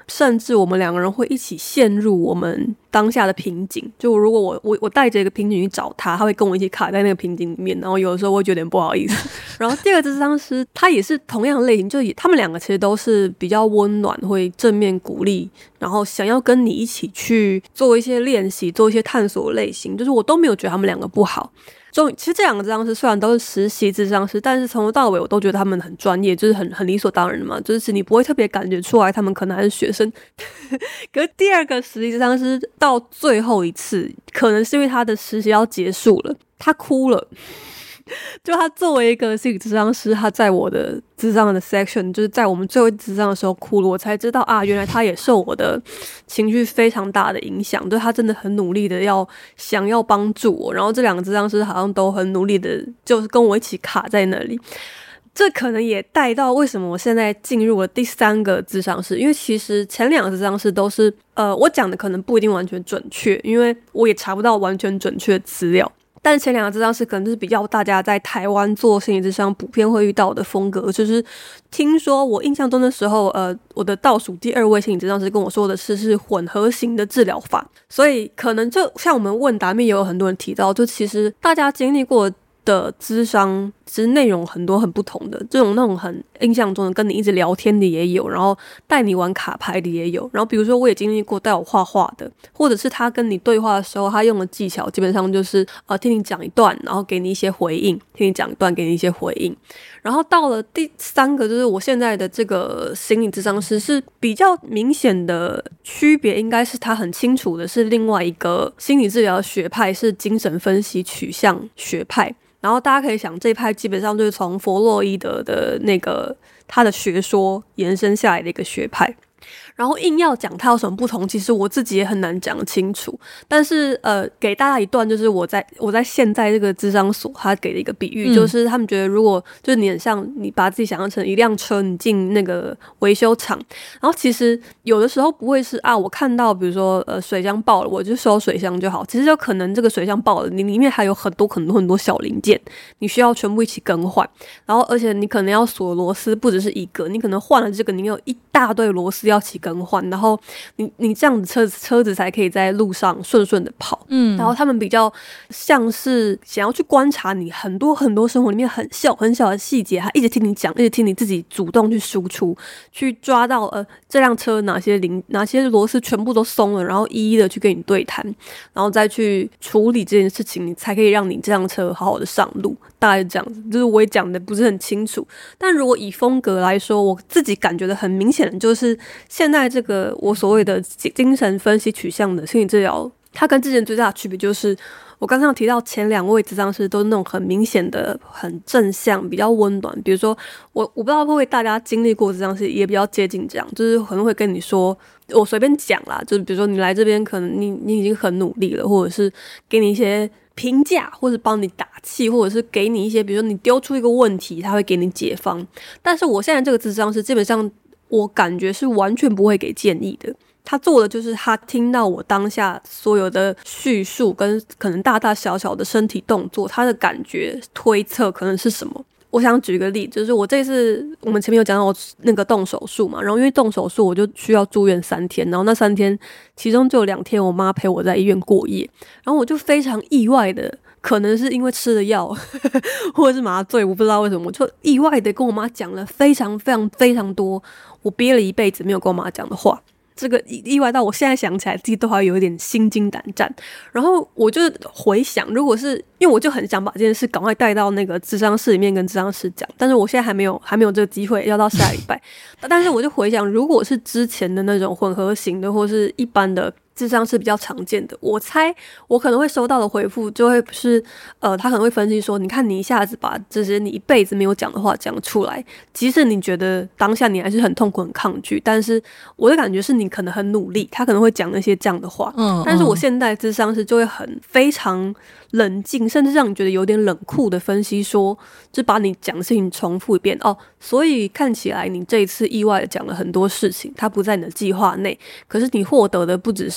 甚至我们两个人会一起陷入我们当下的瓶颈。就如果我带着一个瓶颈去找他会跟我一起卡在那个瓶颈里面，然后有的时候会觉得有点不好意思。然后第二个咨商师他也是同样的类型，就他们两个其实都是比较温暖，会正面鼓励，然后想要跟你一起去做一些练习，做一些探索的类型。就是我都没有觉得他们两个不好。其实这两个咨商师虽然都是实习咨商师，但是从头到尾我都觉得他们很专业，就是很理所当然的嘛，就是你不会特别感觉出来他们可能还是学生。可是第二个实习咨商师到最后一次，可能是因为他的实习要结束了，他哭了。就他作为一个心理咨商师，他在我的咨商的 section， 就是在我们最后咨商的时候哭了，我才知道啊，原来他也受我的情绪非常大的影响，就是他真的很努力的想要帮助我，然后这两个咨商师好像都很努力的，就是跟我一起卡在那里。这可能也带到为什么我现在进入了第三个咨商室，因为其实前两个咨商室都是我讲的可能不一定完全准确，因为我也查不到完全准确的资料。但是前两个咨商师可能是比较大家在台湾做心理咨商普遍会遇到的风格，就是听说我印象中的时候，我的倒数第二位心理咨商师跟我说的是混合型的治疗法，所以可能就像我们问答面也有很多人提到，就其实大家经历过的咨商其实内容很多很不同的，这种那种很印象中的跟你一直聊天的也有，然后带你玩卡牌的也有，然后比如说我也经历过带我画画的，或者是他跟你对话的时候他用的技巧基本上就是听你讲一段然后给你一些回应，听你讲一段给你一些回应。然后到了第三个，就是我现在的这个心理咨商师是比较明显的区别，应该是他很清楚的是另外一个心理治疗学派，是精神分析取向学派。然后大家可以想，这一派基本上就是从弗洛伊德的那个他的学说延伸下来的一个学派。然后硬要讲它有什么不同，其实我自己也很难讲清楚。但是给大家一段，就是我在现在这个咨商所，他给的一个比喻，就是他们觉得如果就是你很像你把自己想象成一辆车，你进那个维修厂，然后其实有的时候不会是我看到比如说水箱爆了，我就收水箱就好。其实有可能这个水箱爆了，你里面还有很多小零件，你需要全部一起更换。然后而且你可能要锁螺丝，不只是一个，你可能换了这个，你有一大堆螺丝要起更换，然后你这样子车子才可以在路上顺的跑。然后他们比较像是想要去观察你很多生活里面很小的细节，他一直听你讲，一直听你自己主动去输出，去抓到这辆车哪些螺丝全部都松了，然后一一的去跟你对谈，然后再去处理这件事情，你才可以让你这辆车好好的上路。大概是这样子，就是我也讲的不是很清楚，但如果以风格来说，我自己感觉的很明显的就是现在这个我所谓的精神分析取向的心理治疗，它跟之前最大的区别就是我刚刚提到前两位咨商师都是那种很明显的很正向比较温暖，比如说我不知道会不会大家经历过咨商师也比较接近这样，就是可能会跟你说，我随便讲啦，就是比如说你来这边可能你已经很努力了，或者是给你一些评价，或者帮你打气，或者是给你一些比如说你丢出一个问题他会给你解方。但是我现在这个咨商师基本上我感觉是完全不会给建议的，他做的就是他听到我当下所有的叙述跟可能大大小小的身体动作，他的感觉推测可能是什么。我想举个例，就是我这次我们前面有讲到我那个动手术嘛，然后因为动手术我就需要住院3天，然后那3天其中就有2天我妈陪我在医院过夜，然后我就非常意外的，可能是因为吃了药或者是麻醉，我不知道为什么，我就意外的跟我妈讲了非常多我憋了一辈子没有跟我妈讲的话。这个意外到我现在想起来自己都还有一点心惊胆战。然后我就回想，如果是因为我就很想把这件事赶快带到那个咨商室里面跟咨商师讲，但是我现在还没有这个机会，要到下礼拜但是我就回想，如果是之前的那种混合型的或是一般的咨商是比较常见的，我猜我可能会收到的回复就会是他可能会分析说，你看你一下子把这些你一辈子没有讲的话讲出来，即使你觉得当下你还是很痛苦很抗拒，但是我的感觉是你可能很努力，他可能会讲那些这样的话。但是我现在咨商是就会非常冷静，甚至让你觉得有点冷酷的分析说，就把你讲的事情重复一遍所以看起来你这一次意外的讲了很多事情，它不在你的计划内，可是你获得的不只是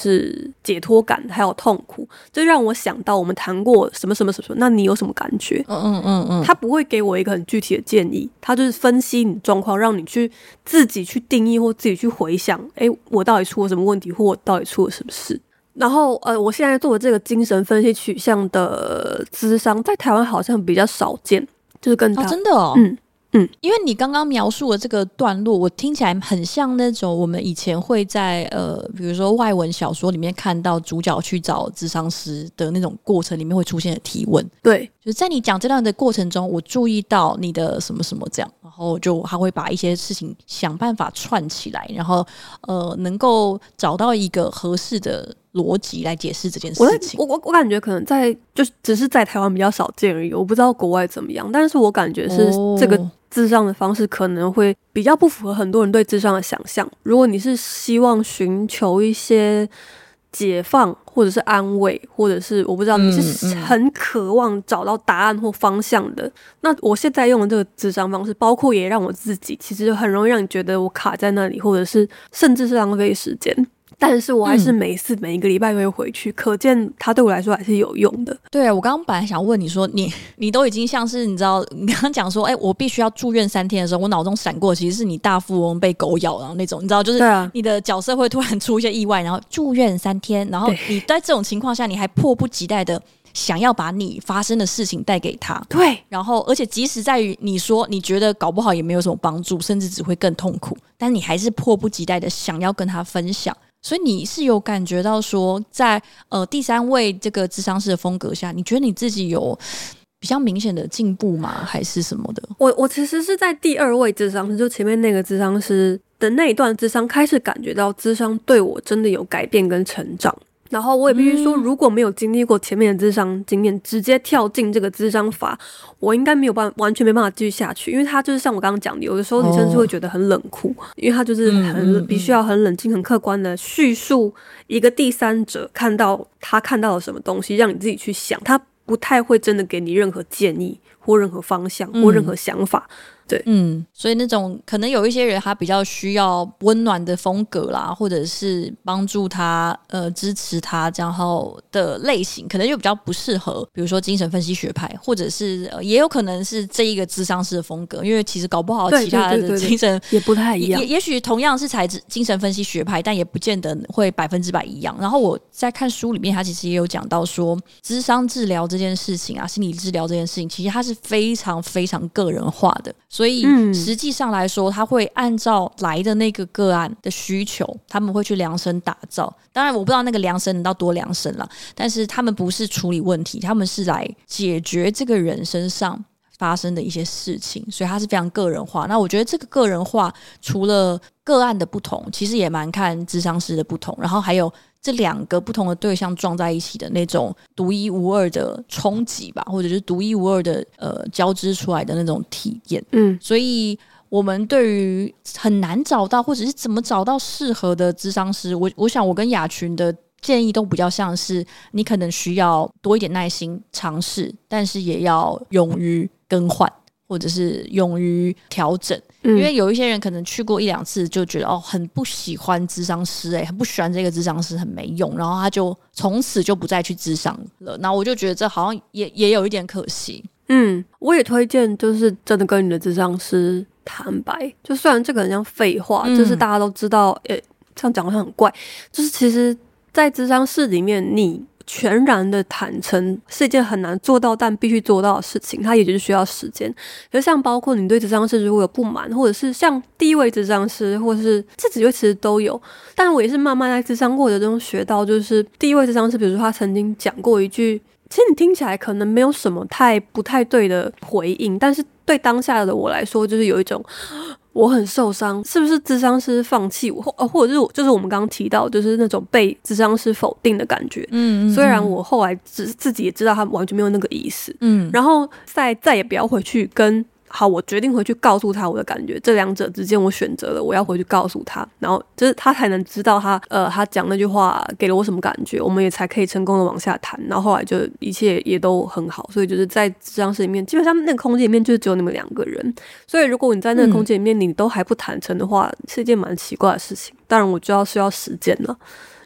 是解脱感还有痛苦，这让我想到我们谈过什么什么什么，那你有什么感觉？他不会给我一个很具体的建议，他就是分析你状况，让你去自己去定义或自己去回想，我到底出了什么问题，或我到底出了什么事。然后我现在做的这个精神分析取向的咨商在台湾好像比较少见，就是跟真的因为你刚刚描述的这个段落，我听起来很像那种我们以前会在比如说外文小说里面看到主角去找咨商师的那种过程里面会出现的提问。 对， 就是在你讲这段的过程中，我注意到你的什么什么这样，然后他会把一些事情想办法串起来，然后能够找到一个合适的逻辑来解释这件事情。 我感觉可能就只是在台湾比较少见而已，我不知道国外怎么样，但是我感觉是这个咨商的方式可能会比较不符合很多人对咨商的想象。如果你是希望寻求一些解放或者是安慰，或者是我不知道你是很渴望找到答案或方向的，那我现在用的这个咨商方式，包括也让我自己其实很容易让你觉得我卡在那里，或者是甚至是浪费时间，但是我还是每一个礼拜都会回去，可见它对我来说还是有用的。 对，我刚刚本来想问你说，你都已经像是你知道，你刚刚讲说，我必须要住院3天的时候，我脑中闪过其实是你大富翁被狗咬，然后那种，你知道，就是你的角色会突然出一些意外，然后住院3天，然后你在这种情况下，你还迫不及待的想要把你发生的事情带给他。 对， 然后而且即使在于你说你觉得搞不好也没有什么帮助，甚至只会更痛苦，但你还是迫不及待的想要跟他分享。所以你是有感觉到说在第3位这个咨商师的风格下，你觉得你自己有比较明显的进步吗？还是什么的？ 我其实是在第2位咨商师，就前面那个咨商师的那一段咨商开始感觉到咨商对我真的有改变跟成长。然后我也必须说，如果没有经历过前面的咨商经验，直接跳进这个咨商法，我应该完全没办法继续下去，因为他就是像我刚刚讲的，有的时候你甚至会觉得很冷酷，因为他就是必须要很冷静、很客观的叙述一个第三者看到了什么东西，让你自己去想，他不太会真的给你任何建议或任何方向或任何想法。对， 所以那种可能有一些人他比较需要温暖的风格啦，或者是帮助他支持他然后的类型，可能就比较不适合比如说精神分析学派，或者是也有可能是这一个咨商师的风格，因为其实搞不好其他的精神也不太一样， 也许同样是精神分析学派，但也不见得会100%一样。然后我在看书里面他其实也有讲到说，咨商治疗这件事情啊，心理治疗这件事情其实它是非常非常个人化的，所以实际上来说他会按照来的那个个案的需求，他们会去量身打造。当然我不知道那个量身能到多量身啦，但是他们不是处理问题，他们是来解决这个人身上发生的一些事情，所以它是非常个人化。那我觉得这个个人化除了个案的不同，其实也蛮看咨商师的不同，然后还有这2个不同的对象撞在一起的那种独一无二的冲击吧，或者是独一无二的交织出来的那种体验。所以我们对于很难找到或者是怎么找到适合的咨商师，我想我跟雅群的建议都比较像是你可能需要多一点耐心尝试，但是也要勇于更换或者是勇于调整。因为有一些人可能去过1-2次就觉得很不喜欢咨商师，很不喜欢这个咨商师很没用，然后他就从此就不再去咨商了。那我就觉得这好像也有一点可惜。 我也推荐就是真的跟你的咨商师坦白，就虽然这个很像废话，就是大家都知道这样讲好像很怪，就是其实在咨商室里面你全然的坦诚是一件很难做到但必须做到的事情，它也就是需要时间。就像包括你对咨商师如果有不满，或者是像第1位咨商师或者是这几位其实都有，但我也是慢慢在咨商过程中学到，就是第1位咨商师比如说他曾经讲过一句其实你听起来可能没有什么不太对的回应，但是对当下的我来说就是有一种我很受伤，是不是咨商师放弃我，或者是就是我们刚刚提到就是那种被咨商师否定的感觉。虽然我后来自己也知道他完全没有那个意思。然后再也不要回去跟好，我决定回去告诉他我的感觉，这2者之间我选择了我要回去告诉他，然后就是他才能知道他讲那句话给了我什么感觉，我们也才可以成功的往下谈。然后后来就一切也都很好，所以就是在咨商室里面基本上那个空间里面就是只有你们2个人，所以如果你在那个空间里面你都还不坦诚的话，是一件蛮奇怪的事情。当然我就需要时间了，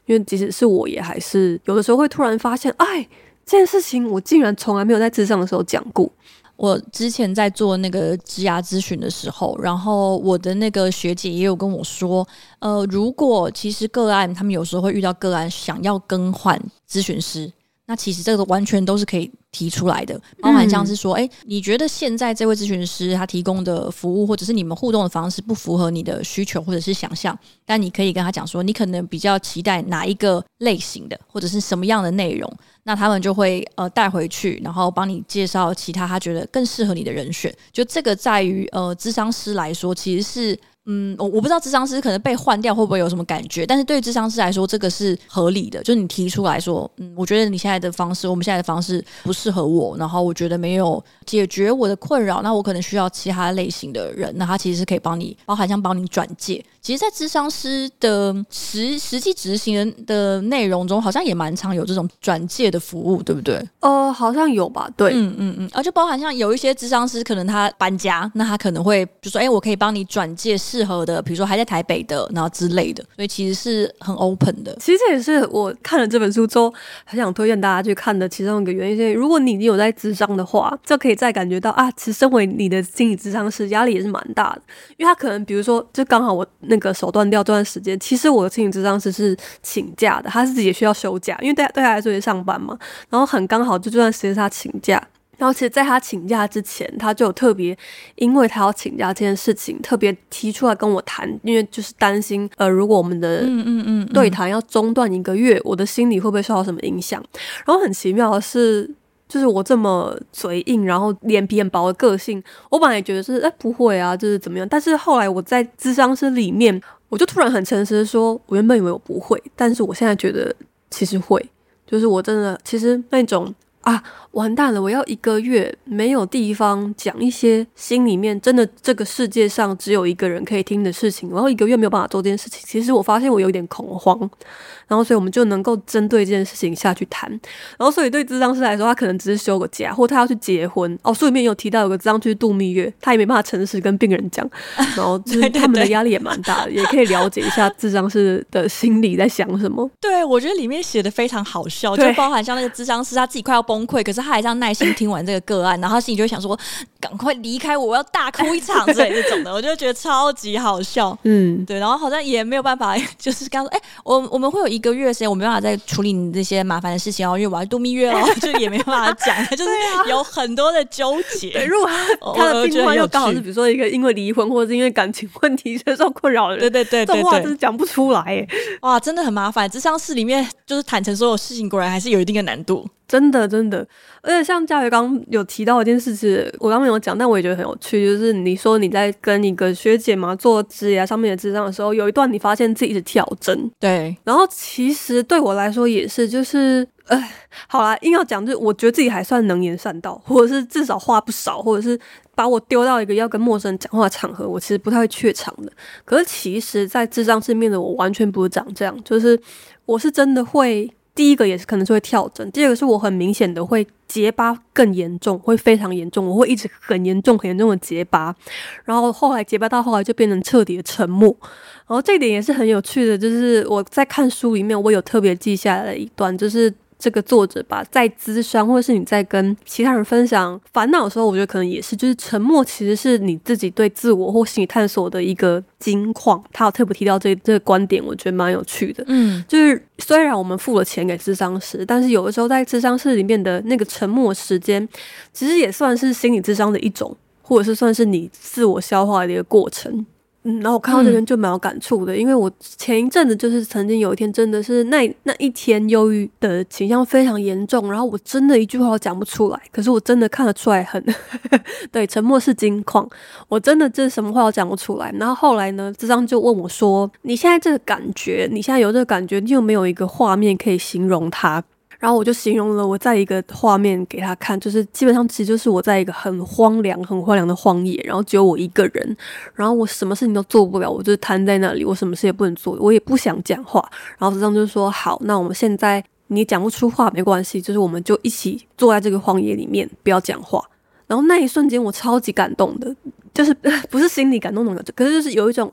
因为即使是我也还是有的时候会突然发现，哎，这件事情我竟然从来没有在諮商的时候讲过。 我之前在做那个职涯咨询的时候，然后我的那个学姐也有跟我说，如果其实个案他们有时候会遇到个案想要更换咨询师，那其实这个完全都是可以提出来的，包含像是说，你觉得现在这位咨询师他提供的服务或者是你们互动的方式不符合你的需求或者是想象，但你可以跟他讲说，你可能比较期待哪一个类型的或者是什么样的内容，那他们就会带回去，然后帮你介绍其他他觉得更适合你的人选。就这个在于諮商师来说，其实是我不知道諮商师可能被换掉会不会有什么感觉，但是对于諮商师来说，这个是合理的。就是你提出来说，我觉得你现在的方式，我们现在的方式不适合我，然后我觉得没有解决我的困扰，那我可能需要其他类型的人，那他其实是可以帮你，包含像帮你转介。其实在諮商师的实际执行的内容中，好像也蛮常有这种转介的服务，对不对？ 好像有吧，对。 就包含像有一些諮商师可能他搬家，那他可能会就说，我可以帮你转介适合的，比如说还在台北的，然后之类的，所以其实是很 open 的。 其实这也是我看了这本书之后很想推荐大家去看的其中一个原因。如果你已经有在諮商的话，就可以再感觉到其实身为你的心理諮商师压力也是蛮大的，因为他可能比如说就刚好我那个手断掉这段时间，其实我的心理諮商师是请假的，他自己也需要休假，因为对他来说也上班嘛，然后很刚好就这段时间是他请假。然后其实在他请假之前，他就有特别因为他要请假这件事情特别提出来跟我谈，因为就是担心如果我们的对谈要中断1个月，我的心理会不会受到什么影响。然后很奇妙的是，就是我这么嘴硬然后脸皮很薄的个性，我本来也觉得是不会啊，就是怎么样，但是后来我在諮商室里面，我就突然很诚实的说，我原本以为我不会，但是我现在觉得其实会，就是我真的其实那种完蛋了，我要1个月没有地方讲一些心里面真的这个世界上只有一个人可以听的事情，然后1个月没有办法做这件事情，其实我发现我有点恐慌，然后所以我们就能够针对这件事情下去谈。然后所以对諮商师来说，他可能只是休个假，或他要去结婚书里面有提到有个諮商去度蜜月，他也没办法诚实跟病人讲，然后就是他们的压力也蛮大的，也可以了解一下諮商师的心里在想什么。 对，我觉得里面写的非常好笑，就包含像那个諮商师他自己快要崩溃，可是他还这样耐心听完这个个案，然后他心里就会想说赶快离开我要大哭一场之类这种的，我就觉得超级好笑。对，然后好像也没有办法，就是刚说我们会有1个月的时间，我没办法再处理你这些麻烦的事情因为我要度蜜月就也没办法讲就是有很多的纠结。 对，如果他的病患又刚好是比如说一个因为离婚或者是因为感情问题深受困扰的人， 对， 这话真是讲不出来哇，真的很麻烦。諮商室里面就是坦诚所有事情，果然还是有一定的难度。 真的，而且像嘉瑜刚有提到一件事情，我刚没有讲，但我也觉得很有趣，就是你说你在跟一个学姐嘛做职业上面的諮商的时候，有一段你发现自己一直跳针， 对， 然后其实对我来说也是，就是好啦，硬要讲，就是我觉得自己还算能言善道，或者是至少话不少，或者是把我丢到一个要跟陌生人讲话的场合，我其实不太会怯场的。可是其实在諮商室面的我完全不是长这样，就是我是真的会。第一个也是可能是会跳针，第二个是我很明显的会结巴更严重，会非常严重，我会一直很严重的结巴，然后后来结巴到后来就变成彻底的沉默。然后这一点也是很有趣的，就是我在看书里面我有特别记下来的一段，就是这个作者吧，在諮商或者是你在跟其他人分享烦恼的时候，我觉得可能也是，就是沉默其实是你自己对自我或心理探索的一个金矿。他有特别提到这个观点，我觉得蛮有趣的。就是虽然我们付了钱给諮商师，但是有的时候在諮商室里面的那个沉默时间，其实也算是心理諮商的一种，或者是算是你自我消化的一个过程。然后我看到这边就蛮有感触的，因为我前一阵子就是曾经有一天真的是那一天忧郁的倾向非常严重，然后我真的一句话都讲不出来，可是我真的看得出来很对，沉默是金矿，我真的就是什么话都讲不出来。然后后来呢，諮商就问我说，你现在这个感觉，你现在有这个感觉，你有没有一个画面可以形容它？然后我就形容了我在一个画面给他看，就是基本上其实就是我在一个很荒凉的荒野，然后只有我一个人，然后我什么事情都做不了，我就瘫在那里，我什么事也不能做，我也不想讲话。然后諮商就说好，那我们现在你讲不出话没关系，就是我们就一起坐在这个荒野里面不要讲话。然后那一瞬间我超级感动的，就是不是心里感动的，可是就是有一种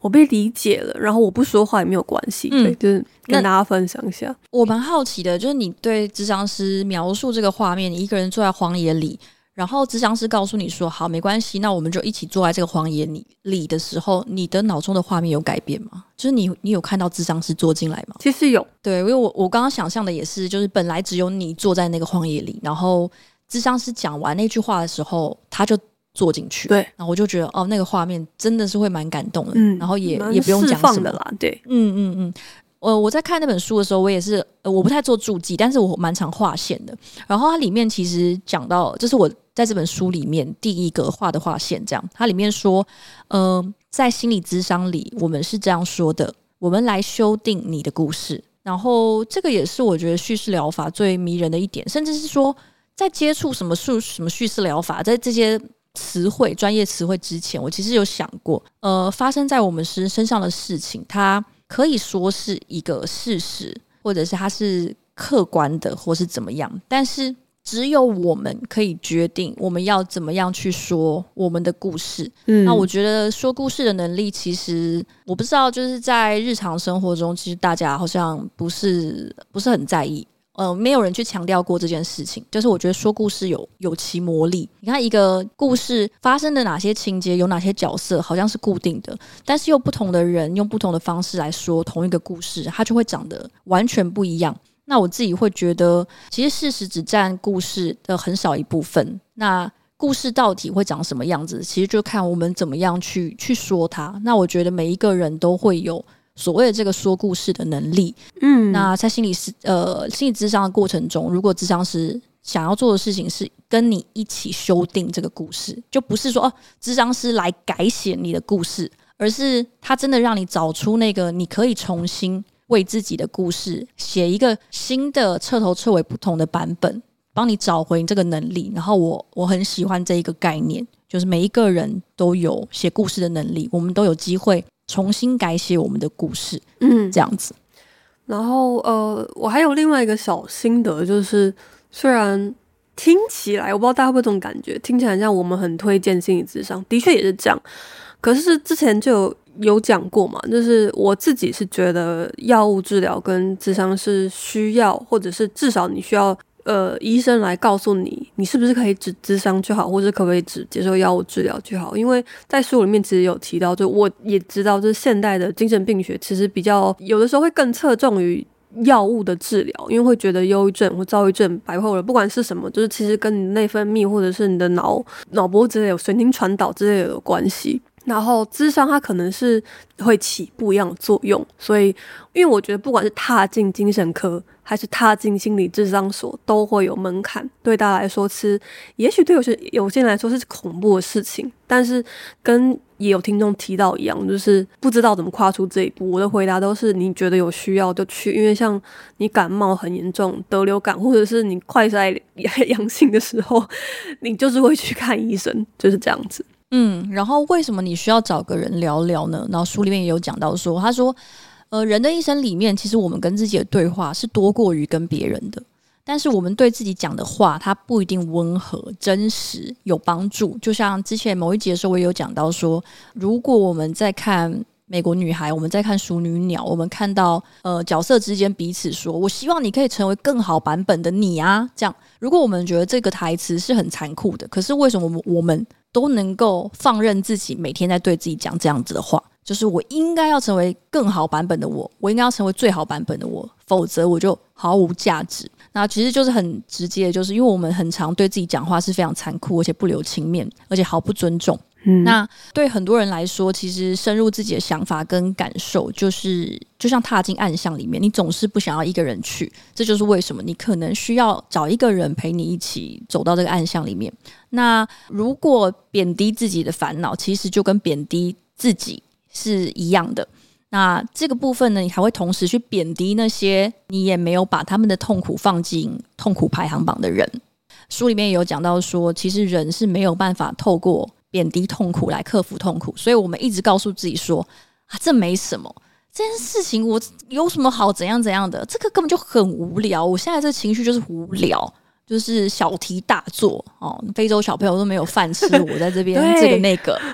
我被理解了，然后我不说话也没有关系。对，就是跟大家分享一下。 我蛮好奇的，就是你对咨商师描述这个画面，你一个人坐在荒野里，然后咨商师告诉你说好没关系，那我们就一起坐在这个荒野里的时候，你的脑中的画面有改变吗？就是你有看到咨商师坐进来吗？ 其实有， 对，因为我刚刚想象的也是，就是本来只有你坐在那个荒野里，然后咨商师讲完那句话的时候，他就坐进去， 对， 然后我就觉得哦，那个画面真的是会蛮感动的，然后也不用讲什么的啦，对， 我在看那本书的时候，我也是我不太做注记，但是我蛮常画线的。然后它里面其实讲到，这是我在这本书里面第一个画的画线，这样它里面说，在心理咨商里，我们是这样说的：我们来修订你的故事。然后这个也是我觉得叙事疗法最迷人的一点，甚至是说，在接触什么叙事疗法，在这些专业词汇之前，我其实有想过，发生在我们身上的事情，它可以说是一个事实，或者是它是客观的，或是怎么样，但是只有我们可以决定我们要怎么样去说我们的故事。那我觉得说故事的能力，其实我不知道，就是在日常生活中，其实大家好像不是很在意。没有人去强调过这件事情，就是我觉得说故事有其魔力。你看一个故事发生的哪些情节，有哪些角色，好像是固定的，但是又不同的人用不同的方式来说同一个故事，它就会长得完全不一样。那我自己会觉得，其实事实只占故事的很少一部分。那故事到底会长什么样子，其实就看我们怎么样去说它。那我觉得每一个人都会有所谓的这个说故事的能力，那在心理咨商的过程中，如果咨商师想要做的事情是跟你一起修订这个故事，就不是说咨商师来改写你的故事，而是他真的让你找出那个你可以重新为自己的故事写一个新的彻头彻尾不同的版本，帮你找回这个能力。然后我很喜欢这一个概念，就是每一个人都有写故事的能力，我们都有机会重新改写我们的故事，这样子。 然后我还有另外一个小心得，就是虽然听起来我不知道大家会不会有这种感觉，听起来像我们很推荐心理咨商，的确也是这样。可是之前就有讲过嘛，就是我自己是觉得药物治疗跟咨商是需要，或者是至少你需要医生来告诉你，你是不是可以只咨商就好，或者可不可以只接受药物治疗就好。因为在书里面其实有提到，就我也知道，就是现代的精神病学其实比较有的时候会更侧重于药物的治疗，因为会觉得忧郁症或躁郁症、bipolar不管是什么，就是其实跟你内分泌或者是你的脑波之类有神经传导之类的有关系。然后咨商它可能是会起不一样的作用，所以因为我觉得不管是踏进精神科还是踏进心理咨商所都会有门槛，对大家来说是也许对有些人来说是恐怖的事情，但是跟也有听众提到一样，就是不知道怎么跨出这一步。我的回答都是你觉得有需要就去，因为像你感冒很严重得流感，或者是你快筛阳性的时候，你就是会去看医生，就是这样子。 然后为什么你需要找个人聊聊呢？然后书里面也有讲到说，他说人的一生里面，其实我们跟自己的对话是多过于跟别人的，但是我们对自己讲的话，它不一定温和、真实、有帮助。就像之前某一集的时候，我也有讲到说，如果我们在看美国女孩，我们在看熟女鸟，我们看到角色之间彼此说，我希望你可以成为更好版本的你啊，这样。如果我们觉得这个台词是很残酷的，可是为什么我们都能够放任自己每天在对自己讲这样子的话，就是我应该要成为更好版本的我应该要成为最好版本的我，否则我就毫无价值。那其实就是很直接的，就是因为我们很常对自己讲话是非常残酷，而且不留情面，而且毫不尊重。那对很多人来说，其实深入自己的想法跟感受，就像踏进暗巷里面，你总是不想要一个人去，这就是为什么你可能需要找一个人陪你一起走到这个暗巷里面。那如果贬低自己的烦恼，其实就跟贬低自己是一样的。那这个部分呢，你还会同时去贬低那些你也没有把他们的痛苦放进痛苦排行榜的人。书里面也有讲到说，其实人是没有办法透过贬低痛苦来克服痛苦，所以我们一直告诉自己说这没什么，这件事情我有什么好怎样怎样的，这个根本就很无聊，我现在这情绪就是无聊，就是小题大做非洲小朋友都没有饭吃，我在这边这个那个，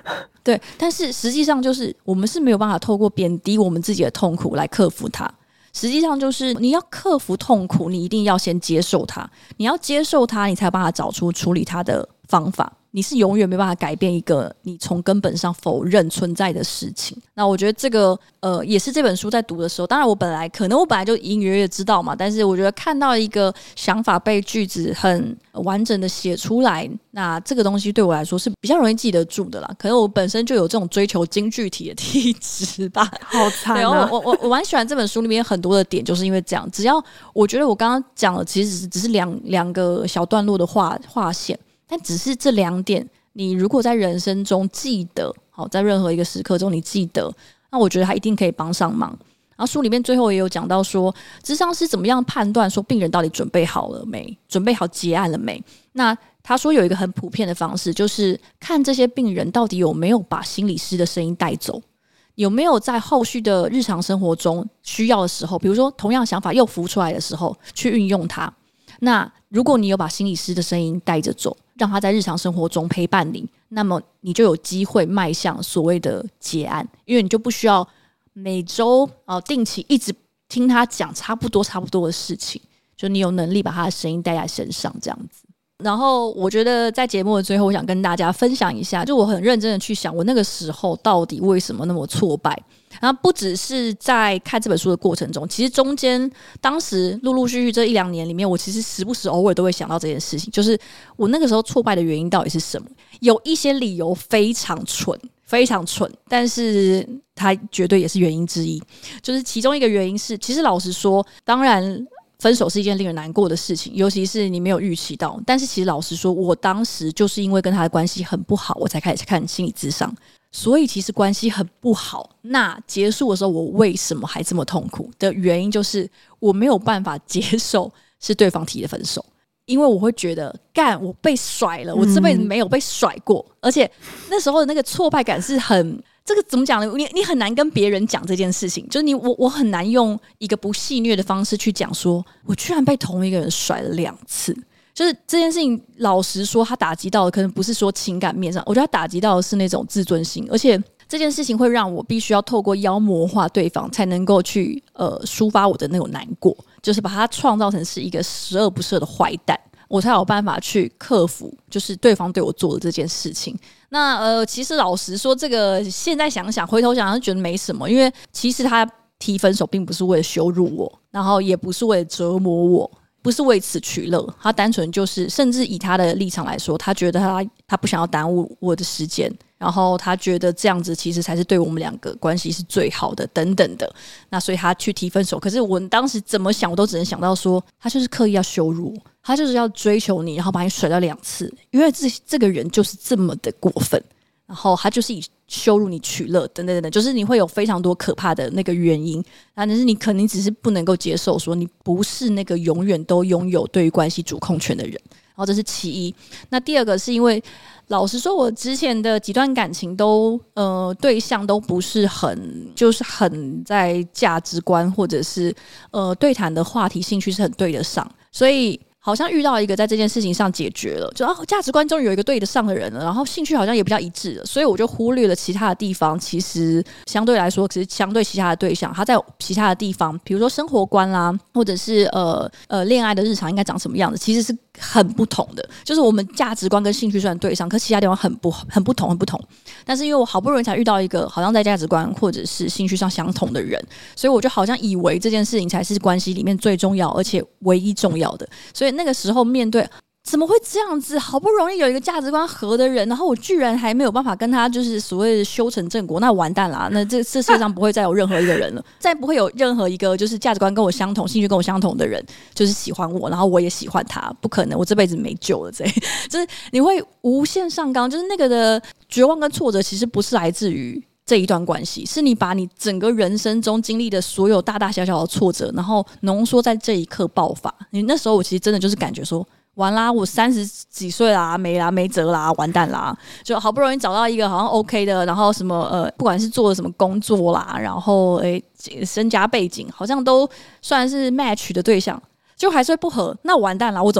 对，但是实际上就是我们是没有办法透过贬低我们自己的痛苦来克服它。实际上就是你要克服痛苦，你一定要先接受它，你要接受它，你才有办法找出处理它的方法。你是永远没办法改变一个你从根本上否认存在的事情。那我觉得这个也是这本书在读的时候，当然我本来就隐隐约约知道嘛，但是我觉得看到一个想法被句子很完整的写出来，那这个东西对我来说是比较容易记得住的啦。可能我本身就有这种追求精具体的体质吧。 好惨啊！我蛮喜欢这本书里面很多的点，就是因为这样。只要我觉得我刚刚讲的其实只是两个小段落的划线。但只是这2点，你如果在人生中记得，好，在任何一个时刻中你记得，那我觉得他一定可以帮上忙。然后书里面最后也有讲到说，諮商师怎么样判断说病人到底准备好了没，准备好结案了没？那他说有一个很普遍的方式，就是看这些病人到底有没有把心理师的声音带走，有没有在后续的日常生活中需要的时候，比如说同样想法又浮出来的时候去运用它。那如果你有把心理师的声音带着走，让他在日常生活中陪伴你，那么你就有机会迈向所谓的结案，因为你就不需要每周定期一直听他讲差不多的事情，就你有能力把他的声音带在身上这样子。然后我觉得在节目的最后，我想跟大家分享一下，就我很认真的去想我那个时候到底为什么那么挫败。然后不只是在看这本书的过程中，其实中间当时陆陆续续这1-2年里面，我其实时不时偶尔都会想到这件事情，就是我那个时候挫败的原因到底是什么。有一些理由非常蠢，但是它绝对也是原因之一。就是其中一个原因是，其实老实说，当然分手是一件令人难过的事情，尤其是你没有预期到。但是其实老实说，我当时就是因为跟他的关系很不好，我才开始看心理咨商。所以其实关系很不好，那结束的时候我为什么还这么痛苦的原因，就是我没有办法接受是对方提的分手。因为我会觉得我被甩了，我这辈子没有被甩过。而且那时候的那个挫败感是很，这个怎么讲呢？你很难跟别人讲这件事情，就是我很难用一个不戏谑的方式去讲说我居然被同一个人甩了2次。就是这件事情老实说，他打击到的可能不是说情感面上，我觉得他打击到的是那种自尊心。而且这件事情会让我必须要透过妖魔化对方才能够去抒发我的那种难过，就是把他创造成是一个十恶不赦的坏蛋，我才有办法去克服就是对方对我做的这件事情。那其实老实说，这个现在想想回头想想觉得没什么，因为其实他提分手并不是为了羞辱我，然后也不是为了折磨我，不是为此取乐，他单纯就是甚至以他的立场来说，他觉得他不想要耽误我的时间，然后他觉得这样子其实才是对我们2个关系是最好的等等的，那所以他去提分手。可是我当时怎么想我都只能想到说，他就是刻意要羞辱我，他就是要追求你，然后把你甩到2次，因为这个人就是这么的过分，然后他就是以羞辱你取乐等等等，就是你会有非常多可怕的那个原因，但是你可能只是不能够接受说你不是那个永远都拥有对于关系主控权的人，然后这是其一。那第二个是因为老实说，我之前的几段感情都对象都不是很在价值观或者是对谈的话题兴趣是很对得上，所以好像遇到一个在这件事情上解决了，就价值观终于有一个对得上的人了，然后兴趣好像也比较一致了，所以我就忽略了其他的地方。其实相对来说，其实相对其他的对象，他在其他的地方，比如说生活观啦，或者是恋爱的日常应该长什么样子，其实是很不同的。就是我们价值观跟兴趣虽然对上，可其他地方很不同。但是因为我好不容易才遇到一个好像在价值观或者是兴趣上相同的人，所以我就好像以为这件事情才是关系里面最重要而且唯一重要的。所以那个时候面对怎么会这样子，好不容易有一个价值观合的人，然后我居然还没有办法跟他就是所谓的修成正果，那完蛋啦，那这世界上不会再有任何一个人了，再不会有任何一个就是价值观跟我相同兴趣跟我相同的人就是喜欢我，然后我也喜欢他，不可能，我这辈子没救了。就是你会无限上纲，就是那个的绝望跟挫折其实不是来自于这一段关系，是你把你整个人生中经历的所有大大小小的挫折，然后浓缩在这一刻爆发。你那时候我其实真的就是感觉说完啦，我30几岁啦，没啦，没辙啦，完蛋啦！就好不容易找到一个好像 OK 的，然后什么不管是做了什么工作啦，然后身家背景好像都算是 match 的对象，就还是会不合，那完蛋啦，我怎么办？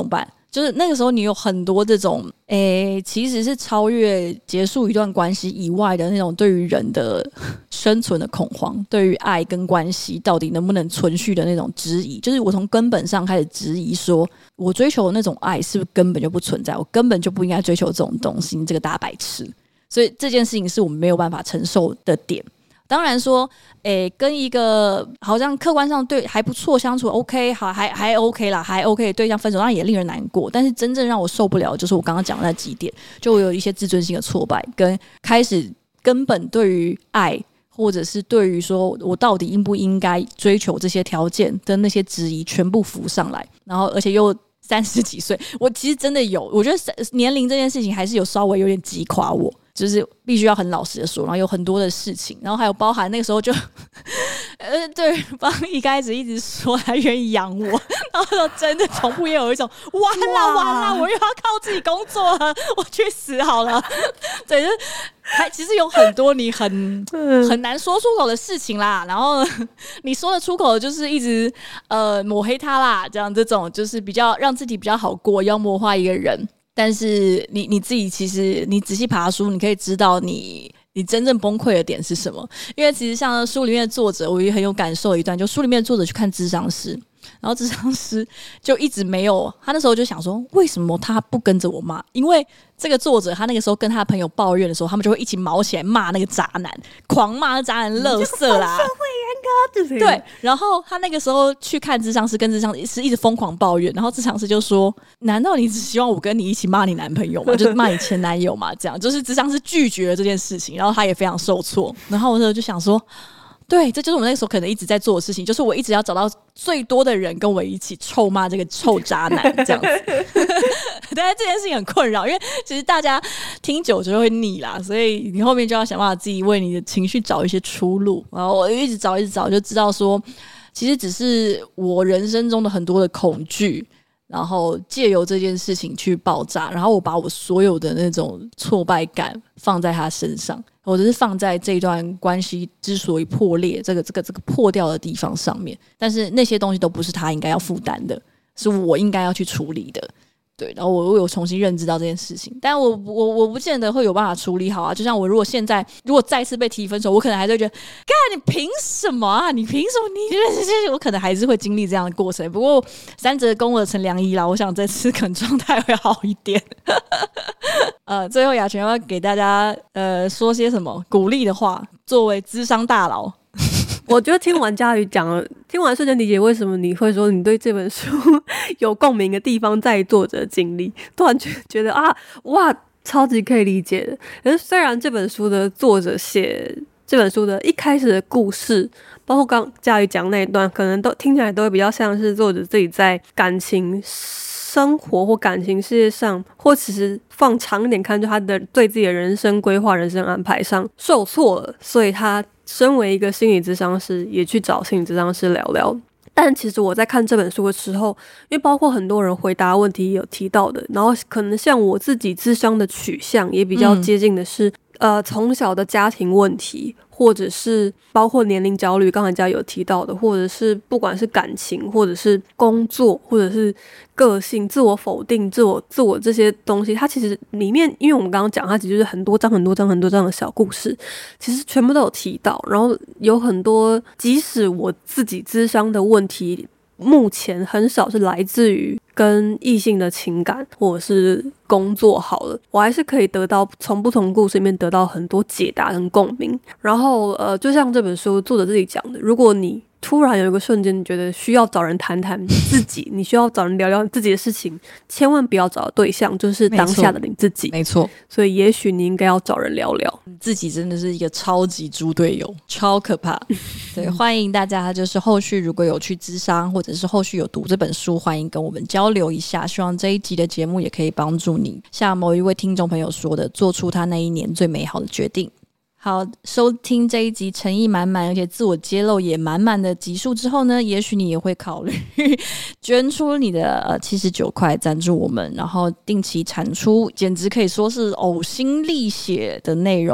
就是那个时候你有很多这种其实是超越结束一段关系以外的那种对于人的生存的恐慌，对于爱跟关系到底能不能存续的那种质疑，就是我从根本上开始质疑说，我追求的那种爱是不是根本就不存在，我根本就不应该追求这种东西，你这个大白痴。所以这件事情是我们没有办法承受的点。当然说跟一个好像客观上对还不错相处 OK 好还 OK 啦，还 OK 的对象分手，当然也令人难过，但是真正让我受不了就是我刚刚讲的那几点，就我有一些自尊心的挫败，跟开始根本对于爱或者是对于说我到底应不应该追求这些条件的那些质疑全部浮上来，然后而且又30几岁，我其实真的有，我觉得年龄这件事情还是有稍微有点击垮我，就是必须要很老实的说，然后有很多的事情，然后还有包含那个时候就对方一开始一直说他愿意养我，然后真的同步也有一种完了我又要靠自己工作了，我去死好了。对，就是还其实有很多你很难说出口的事情啦，然后你说的出口就是一直抹黑他啦，这种就是比较让自己比较好过，妖魔化一个人。但是你自己其实你仔细爬书，你可以知道你真正崩溃的点是什么。因为其实像书里面的作者，我也很有感受一段，就书里面的作者去看諮商师，然后諮商师就一直没有，他那时候就想说为什么他不跟着我骂，因为这个作者他那个时候跟他的朋友抱怨的时候，他们就会一起毛起来骂那个渣男，狂骂那渣男垃圾啦， 社会人格， 对。然后他那个时候去看諮商师，跟諮商师一直疯狂抱怨，然后諮商师就说：“难道你只希望我跟你一起骂你男朋友吗？就是骂你前男友嘛？这样就是諮商师拒绝了这件事情，然后他也非常受挫。然后我那时候就想说。”对，这就是我那个时候可能一直在做的事情，就是我一直要找到最多的人跟我一起臭骂这个臭渣男这样子。但是这件事情很困扰，因为其实大家听久就会腻啦，所以你后面就要想办法自己为你的情绪找一些出路。然后我一直找就知道说，其实只是我人生中的很多的恐惧，然后借由这件事情去爆炸，然后我把我所有的那种挫败感放在他身上，或者是放在这段关系之所以破裂这个破掉的地方上面，但是那些东西都不是他应该要负担的，是我应该要去处理的。对，然后我有重新认知到这件事情，但我不见得会有办法处理好啊。就像我如果再次被提分手，我可能还是会觉得，干你凭什么啊？你凭什么？你我可能还是会经历这样的过程。不过三折肱而成良医啦，我想这次可能状态会好一点。最后雅泉要不要给大家说些什么鼓励的话？作为諮商大佬。 我觉得听完嘉瑜讲了，听完瞬间理解为什么你会说你对这本书有共鸣的地方在于作者的经历，突然觉得哇，超级可以理解的。可是虽然这本书的作者写这本书的一开始的故事，包括刚嘉瑜讲那一段，可能都听起来都会比较像是作者自己在感情生活或感情世界上，或其实放长一点看，就他的对自己的人生规划、人生安排上受挫了，所以他身为一个心理咨商师，也去找心理咨商师聊聊。但其实我在看这本书的时候，因为包括很多人回答问题也有提到的，然后可能像我自己咨商的取向也比较接近的是，从小的家庭问题，或者是包括年龄焦虑，刚才家有提到的，或者是不管是感情，或者是工作，或者是个性、自我否定、自我这些东西，它其实里面，因为我们刚刚讲，它其实就是很多章的小故事，其实全部都有提到，然后有很多，即使我自己諮商的问题，目前很少是来自于跟异性的情感或者是工作好了，我还是可以得到从不同故事里面得到很多解答跟共鸣。然后就像这本书作者自己讲的，如果你突然有一个瞬间，你觉得需要找人谈谈自己，你需要找人聊聊自己的事情，千万不要找的对象就是当下的你自己。 没错， 所以也许你应该要找人聊聊。 自己真的是一个超级猪队友，超可怕。对，欢迎大家就是后续如果有去諮商，或者是后续有读这本书，欢迎跟我们交流一下。希望这一集的节目也可以帮助你，像某一位听众朋友说的，做出他那一年最美好的决定。好，收听这一集诚意满满而且自我揭露也满满的集数之后呢，也许你也会考虑捐出你的79块赞助我们，然后定期产出简直可以说是呕心沥血的内容。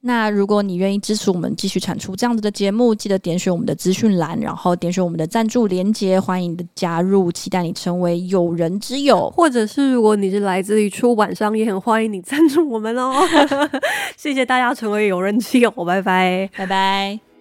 那如果你愿意支持我们继续产出这样子的节目，记得点选我们的资讯栏，然后点选我们的赞助连结，欢迎你的加入，期待你成为有人之友。 或者是如果你是来自于出版商，也很欢迎你赞助我们哦。谢谢大家成为有人之友，拜拜， 拜拜。